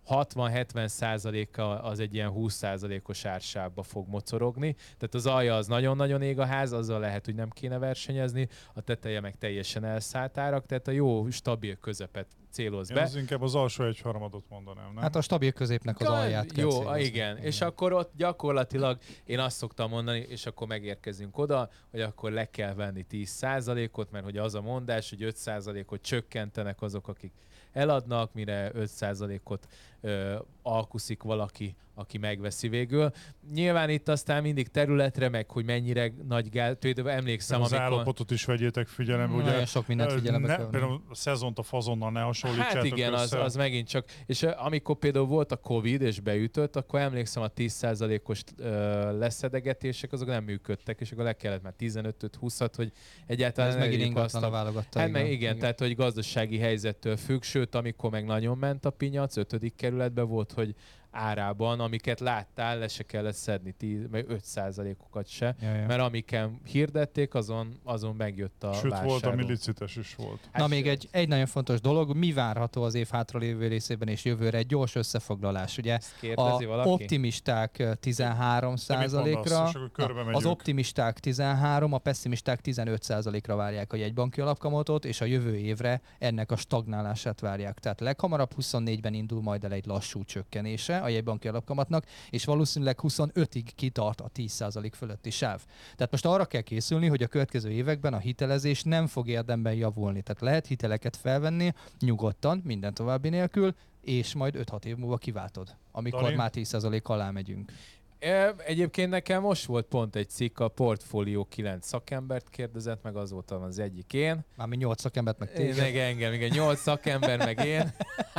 [SPEAKER 2] hatvan-hetven százaléka az egy ilyen húsz százalékos ársávba fog mocorogni. Tehát az alja az nagyon-nagyon ég a ház, azzal lehet, hogy nem kéne versenyezni, a teteje meg teljesen elszállt árak, tehát a jó, stabil közepet céloz be.
[SPEAKER 4] Én az inkább az alsó egyharmadot mondanám, nem?
[SPEAKER 3] Hát a stabil középnek az
[SPEAKER 2] Ja,
[SPEAKER 3] alját kell
[SPEAKER 2] jó,
[SPEAKER 3] célozni.
[SPEAKER 2] igen. igen. És akkor ott gyakorlatilag én azt szoktam mondani, és akkor megérkezünk oda, hogy akkor le kell venni tíz százalékot, mert hogy az a mondás, hogy öt százalékot csökkentenek azok, akik eladnak, mire öt százalékot ö, alkuszik valaki, aki megveszi végül. Nyilván itt aztán mindig területre, meg hogy mennyire nagy gál, például emlékszem,
[SPEAKER 4] az
[SPEAKER 2] amikor...
[SPEAKER 4] állapotot is vegyétek figyelembe,
[SPEAKER 3] Mm,
[SPEAKER 4] ugye?
[SPEAKER 3] nagyon sok mindent figyelembe
[SPEAKER 4] ne,
[SPEAKER 3] kell venni.
[SPEAKER 4] Például a szezont a fazonnal ne hasonlítsátok
[SPEAKER 2] Hát igen, az,
[SPEAKER 4] össze.
[SPEAKER 2] az megint csak. És uh, amikor például volt a Covid és beütött, akkor emlékszem a tíz százalékos uh, leszedegetések, azok nem működtek, és akkor le kellett már tizenötöt húszat, hogy egyáltalán...
[SPEAKER 3] Ez megint ingatlan a válogatta.
[SPEAKER 2] Hát igen, meg igen, tehát hogy gazdasági helyzettől függ, sőt, amikor meg nagyon ment a pinyac, ötödik kerületben volt, hogy árában, amiket láttál, le se kellett szedni tíz, meg öt százalékokat se,
[SPEAKER 3] Ja, ja.
[SPEAKER 2] mert amiken hirdették, azon, azon megjött a
[SPEAKER 4] Sőt,
[SPEAKER 2] vásárló.
[SPEAKER 4] volt, ami licites is volt.
[SPEAKER 3] Na még egy, egy nagyon fontos dolog, mi várható az év hátralévő részében és jövőre? Egy gyors összefoglalás. Ugye
[SPEAKER 2] Ezt kérdezi
[SPEAKER 3] a
[SPEAKER 2] valaki?
[SPEAKER 3] optimisták tizenhárom százalékra,
[SPEAKER 4] És akkor körbe
[SPEAKER 3] az
[SPEAKER 4] megyünk.
[SPEAKER 3] optimisták tizenhárom, a pessimisták tizenöt százalékra várják a jegybanki alapkamatot, és a jövő évre ennek a stagnálását várják. Tehát leghamarabb huszonnégyben indul majd el egy lassú csökkenése a jegybanki alapkamatnak, és valószínűleg huszonötig kitart a tíz százalék fölötti sáv. Tehát most arra kell készülni, hogy a következő években a hitelezés nem fog érdemben javulni. Tehát lehet hiteleket felvenni nyugodtan, minden további nélkül, és majd öt-hat év múlva kiváltod, amikor
[SPEAKER 4] Dani?
[SPEAKER 3] már tíz százalék alá megyünk.
[SPEAKER 2] E, Egyébként nekem most volt pont egy cikk, a Portfolio kilenc szakembert kérdezett, meg az voltam az egyik én.
[SPEAKER 3] Mármint nyolc szakembert meg
[SPEAKER 2] Én,
[SPEAKER 3] téged.
[SPEAKER 2] meg engem, igen, nyolc szakember, meg én.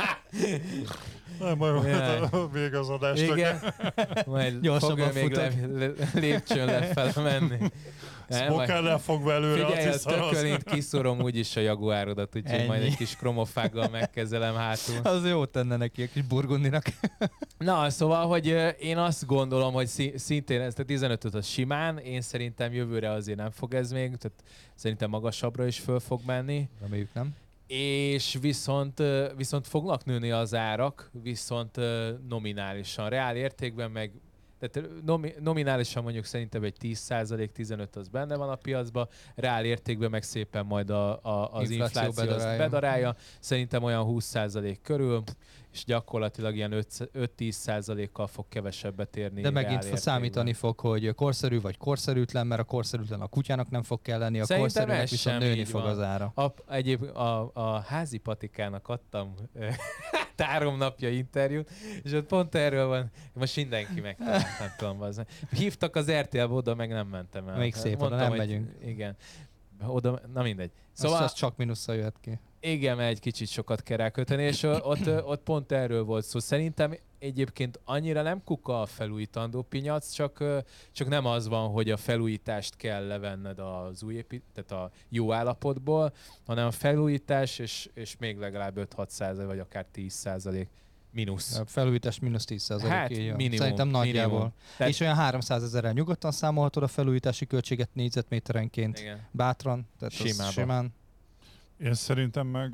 [SPEAKER 4] Nem, majd
[SPEAKER 2] Jaj.
[SPEAKER 4] a végazadást.
[SPEAKER 2] Igen, majd
[SPEAKER 3] Gyorsabban
[SPEAKER 2] fog ő még le,
[SPEAKER 3] futok.
[SPEAKER 2] le, lépcsőn lefele menni. Nem, majd-
[SPEAKER 4] Smokellel fogva előre,
[SPEAKER 2] Figyelj, a
[SPEAKER 4] azt hiszem, az-
[SPEAKER 2] tökölint kiszorom úgyis a jaguárodat, úgyhogy
[SPEAKER 3] Ennyi.
[SPEAKER 2] majd egy kis kromofággal megkezelem hátul.
[SPEAKER 3] Az jó tenne neki, egy kis burgundinak.
[SPEAKER 2] Na, szóval, hogy ö, én azt gondolom, hogy szí- szintén ezt a tizenötöt az simán, én szerintem jövőre azért nem fog ez még, tehát szerintem magasabbra is föl fog menni.
[SPEAKER 3] Reméljük, nem?
[SPEAKER 2] És viszont, ö, viszont fognak nőni az árak, viszont ö, nominálisan, reál értékben meg, tehát nomi, nominálisan mondjuk szerintem egy tíz százalék, tizenöt az benne van a piacban, reál értékben meg szépen majd a, a, az
[SPEAKER 3] Infláció
[SPEAKER 2] infláció, infláció
[SPEAKER 3] bedarálja.
[SPEAKER 2] az bedarálja, szerintem olyan húsz százalék körül, és gyakorlatilag ilyen öt-tíz százalékkal fog kevesebbet érni.
[SPEAKER 3] De megint
[SPEAKER 2] reál értékben.
[SPEAKER 3] számítani fog, hogy korszerű vagy korszerűtlen, mert a korszerűtlen a kutyának nem fog kell lenni, a
[SPEAKER 2] Szerintem
[SPEAKER 3] korszerűnek
[SPEAKER 2] ez
[SPEAKER 3] viszont
[SPEAKER 2] sem
[SPEAKER 3] nőni
[SPEAKER 2] így
[SPEAKER 3] fog
[SPEAKER 2] van.
[SPEAKER 3] az ára.
[SPEAKER 2] A, egyéb, a, a házi patikának adtam ö, három napja interjút, és ott pont erről van, most mindenki megtalált, nem tudom, az. Hívtak az er té el-be, oda meg nem mentem el.
[SPEAKER 3] Még szép, oda nem
[SPEAKER 2] hogy
[SPEAKER 3] megyünk.
[SPEAKER 2] Igen. Oda, na mindegy.
[SPEAKER 3] Szóval
[SPEAKER 2] Szóval
[SPEAKER 3] az, az csak mínusszal jöhet ki.
[SPEAKER 2] igen, mert egy kicsit sokat kell ráköteni, és ö, ott, ö, ott pont erről volt szó. Szerintem egyébként annyira nem kuka a felújítandó piac, csak, ö, csak nem az van, hogy a felújítást kell levenned az új épít, tehát a jó állapotból, hanem a felújítás, és, és még legalább öt-hat százalék, vagy akár tíz százalék mínusz.
[SPEAKER 3] A felújítás mínusz tíz százalék.
[SPEAKER 2] Hát
[SPEAKER 3] így van.
[SPEAKER 2] minimum.
[SPEAKER 3] Szerintem nagyjából.
[SPEAKER 2] minimum. Tehát,
[SPEAKER 3] És olyan háromszázezerrel nyugodtan számolhatod a felújítási költséget négyzetméterenként.
[SPEAKER 2] igen.
[SPEAKER 3] Bátran, tehát
[SPEAKER 2] Simába.
[SPEAKER 3] az simán.
[SPEAKER 4] Én szerintem meg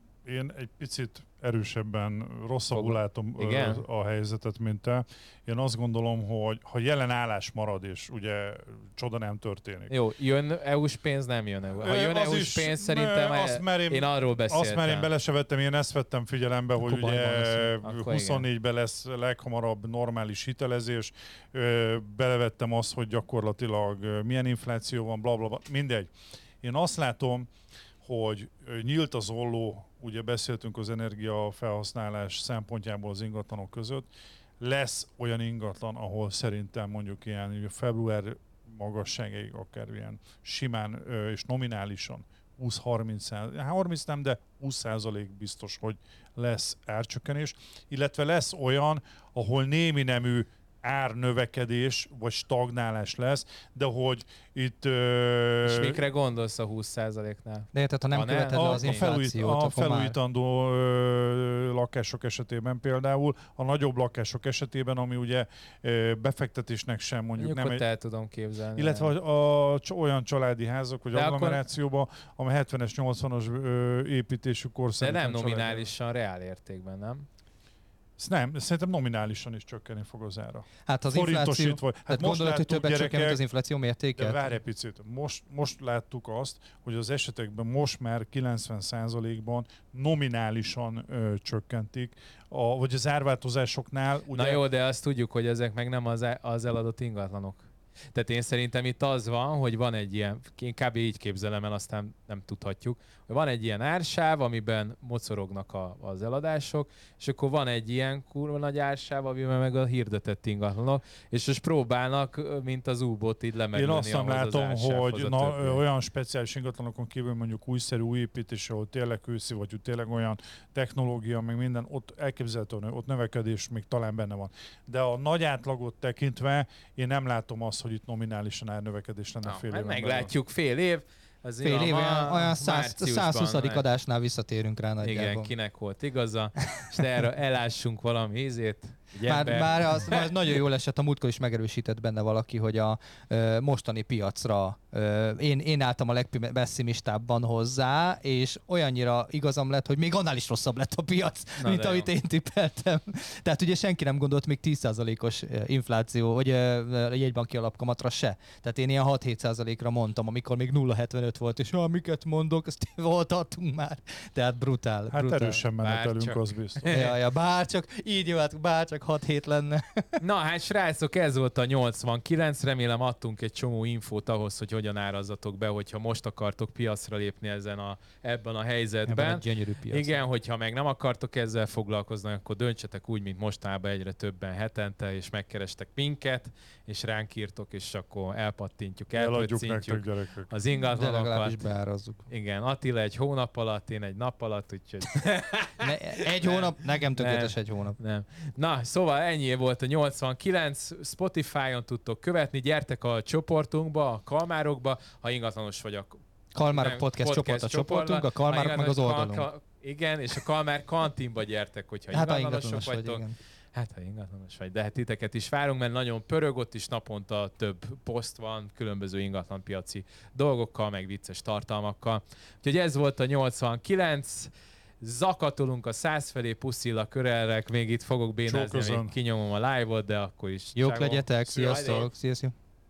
[SPEAKER 4] én egy picit erősebben, rosszabbul
[SPEAKER 2] Fog-
[SPEAKER 4] látom ö,
[SPEAKER 2] Igen?
[SPEAKER 4] a helyzetet, mint te. Én azt gondolom, hogy ha jelen állás marad, és ugye csoda nem történik.
[SPEAKER 2] Jó, jön é u-s pénz, nem jön é u. Ha
[SPEAKER 4] Ö,
[SPEAKER 2] jön
[SPEAKER 4] az
[SPEAKER 2] é u-s
[SPEAKER 4] is,
[SPEAKER 2] pénz,
[SPEAKER 4] ö,
[SPEAKER 2] szerintem
[SPEAKER 4] azt már én-
[SPEAKER 2] én arról beszéltem.
[SPEAKER 4] Azt már én bele se vettem, én ezt vettem figyelembe,
[SPEAKER 3] Akkor
[SPEAKER 4] hogy
[SPEAKER 3] bajban
[SPEAKER 4] ugye
[SPEAKER 3] leszünk.
[SPEAKER 2] Akkor
[SPEAKER 4] huszonnégyben lesz leghamarabb normális hitelezés. Ö, Belevettem azt, hogy gyakorlatilag ö, milyen infláció van, bla, bla, bla. Mindegy. Én azt látom, hogy ö, nyílt az olló, ugye beszéltünk az energiafelhasználás szempontjából az ingatlanok között, lesz olyan ingatlan, ahol szerintem mondjuk ilyen ugye február magasságáig akár ilyen simán ö, és nominálisan húsz-harminc százalék, harminc nem, de húsz százalék biztos, hogy lesz árcsökkenés, illetve lesz olyan, ahol némi nemű árnövekedés vagy stagnálás lesz, de hogy itt... Ö,
[SPEAKER 2] És mikre gondolsz a húsz százaléknál?
[SPEAKER 3] De érted, ha nem
[SPEAKER 2] Ha nem,
[SPEAKER 3] követed le
[SPEAKER 4] a,
[SPEAKER 3] az
[SPEAKER 4] a, felújít,
[SPEAKER 3] inflációt,
[SPEAKER 4] a
[SPEAKER 3] akkor már...
[SPEAKER 4] felújítandó ö, lakások esetében például, a nagyobb lakások esetében, ami ugye ö, befektetésnek sem mondjuk
[SPEAKER 2] Mondjuk
[SPEAKER 4] nem
[SPEAKER 2] ott
[SPEAKER 4] egy...
[SPEAKER 2] el tudom képzelni.
[SPEAKER 4] Illetve a, a, olyan családi házak, vagy
[SPEAKER 2] De akkor-
[SPEAKER 4] agglomerációban, amely hetvenes, nyolcvanas ö, építésű
[SPEAKER 2] De
[SPEAKER 4] korszerű
[SPEAKER 2] nem nominálisan, reál értékben, nem?
[SPEAKER 4] Nem, szerintem nominálisan is csökkenni fog az ára.
[SPEAKER 3] Hát az infláció,
[SPEAKER 4] Hát
[SPEAKER 3] tehát
[SPEAKER 4] most
[SPEAKER 3] gondolod, hogy többet
[SPEAKER 4] gyerekek,
[SPEAKER 3] csökken, mint az infláció mértéke?
[SPEAKER 4] De várj egy picit. Most, most láttuk azt, hogy az esetekben most már kilencven százalékban nominálisan ö, csökkentik, a, vagy az árváltozásoknál. Ugye...
[SPEAKER 2] Na jó, de azt tudjuk, hogy ezek meg nem az, az eladott ingatlanok. Tehát én szerintem itt az van, hogy van egy ilyen, én kb. Így képzelem el, aztán nem tudhatjuk, hogy van egy ilyen ársáv, amiben mocorognak a, az eladások, és akkor van egy ilyen kurva nagy ársáv, amiben meg a hirdetett ingatlanok, és most próbálnak, mint az U-bot így lemerülni.
[SPEAKER 4] Én azt nem látom, hogy na,
[SPEAKER 2] többi.
[SPEAKER 4] olyan speciális ingatlanokon kívül mondjuk újszerű új építés, ahol tényleg őszi, vagy tényleg olyan technológia, meg minden, ott elképzelhető, hogy ott növekedés még talán benne van. De a nagy átlagot tekintve én nem látom azt, hogy itt nominálisan árnövekedés lenne
[SPEAKER 2] Na,
[SPEAKER 4] fél
[SPEAKER 2] hát
[SPEAKER 4] éven
[SPEAKER 2] meglátjuk, fél év. Az
[SPEAKER 3] Fél év, olyan, olyan százhuszadik
[SPEAKER 2] meg...
[SPEAKER 3] adásnál visszatérünk rá nagyjából.
[SPEAKER 2] Igen, kinek volt igaza, és erre elássunk valami ízét.
[SPEAKER 3] Már, már az, az nagyon jól esett, a múltkor is megerősített benne valaki, hogy a ö, mostani piacra ö, én, én álltam a legpesszimistábban hozzá, és olyannyira igazam lett, hogy még annál is rosszabb lett a piac, Na mint amit jó. én tippeltem. Tehát ugye senki nem gondolt még tíz százalékos infláció, vagy ö, jegybanki alapkamatra se. Tehát én ilyen hat-hét százalékra mondtam, amikor még nulla egész hetvenöt volt, és ah, miket mondok, ezt hol tartunk már. Tehát brutál.
[SPEAKER 4] Hát
[SPEAKER 3] brutál.
[SPEAKER 4] erősen menetelünk, az biztos.
[SPEAKER 3] Ja, ja, bárcsak, így jó, hát bárcsak hat hét lenne.
[SPEAKER 2] Na hát srácok, ez volt a nyolcvankilenc, remélem adtunk egy csomó infót ahhoz, hogy hogyan árazzatok be, hogyha most akartok piacra lépni ezen a, ebben a helyzetben.
[SPEAKER 3] Ebben a gyönyörű piacon.
[SPEAKER 2] Igen, hogyha meg nem akartok ezzel foglalkozni, akkor döntsetek úgy, mint mostában egyre többen hetente, és megkerestek minket, és ránk írtok, és akkor elpattintjuk, elpöccintjük az ingatlanokat.
[SPEAKER 3] De legalábbis beárazzuk.
[SPEAKER 2] Igen, Attila egy hónap alatt, én egy nap alatt, úgyhogy...
[SPEAKER 3] ne, egy hónap? Nekem tökéletes egy hónap.
[SPEAKER 2] Nem. Na, szóval ennyi volt a nyolcvankilenc, Spotify-on tudtok követni, gyertek a csoportunkba, a Kalmárokba, ha ingatlanos vagy a
[SPEAKER 3] Kalmárok podcast, podcast csoport a csoportunk, a Kalmárok meg az oldalunk. Ka-
[SPEAKER 2] igen, és a Kalmár kantinba gyertek, hogyha
[SPEAKER 3] hát
[SPEAKER 2] ingatlanosok
[SPEAKER 3] ingatlanos
[SPEAKER 2] vagytok.
[SPEAKER 3] Vagy, igen.
[SPEAKER 2] Hát, ha ingatlanos vagy, de hát titeket is várunk, mert nagyon pörög, ott is naponta több poszt van, különböző ingatlanpiaci dolgokkal, meg vicces tartalmakkal. Úgyhogy ez volt a nyolcvankilenc, zakatolunk a száz felé, puszilla körelrek, még itt fogok bénázni, még kinyomom a live-ot, de akkor is.
[SPEAKER 3] Jók legyetek, sziasztok, sziasztok.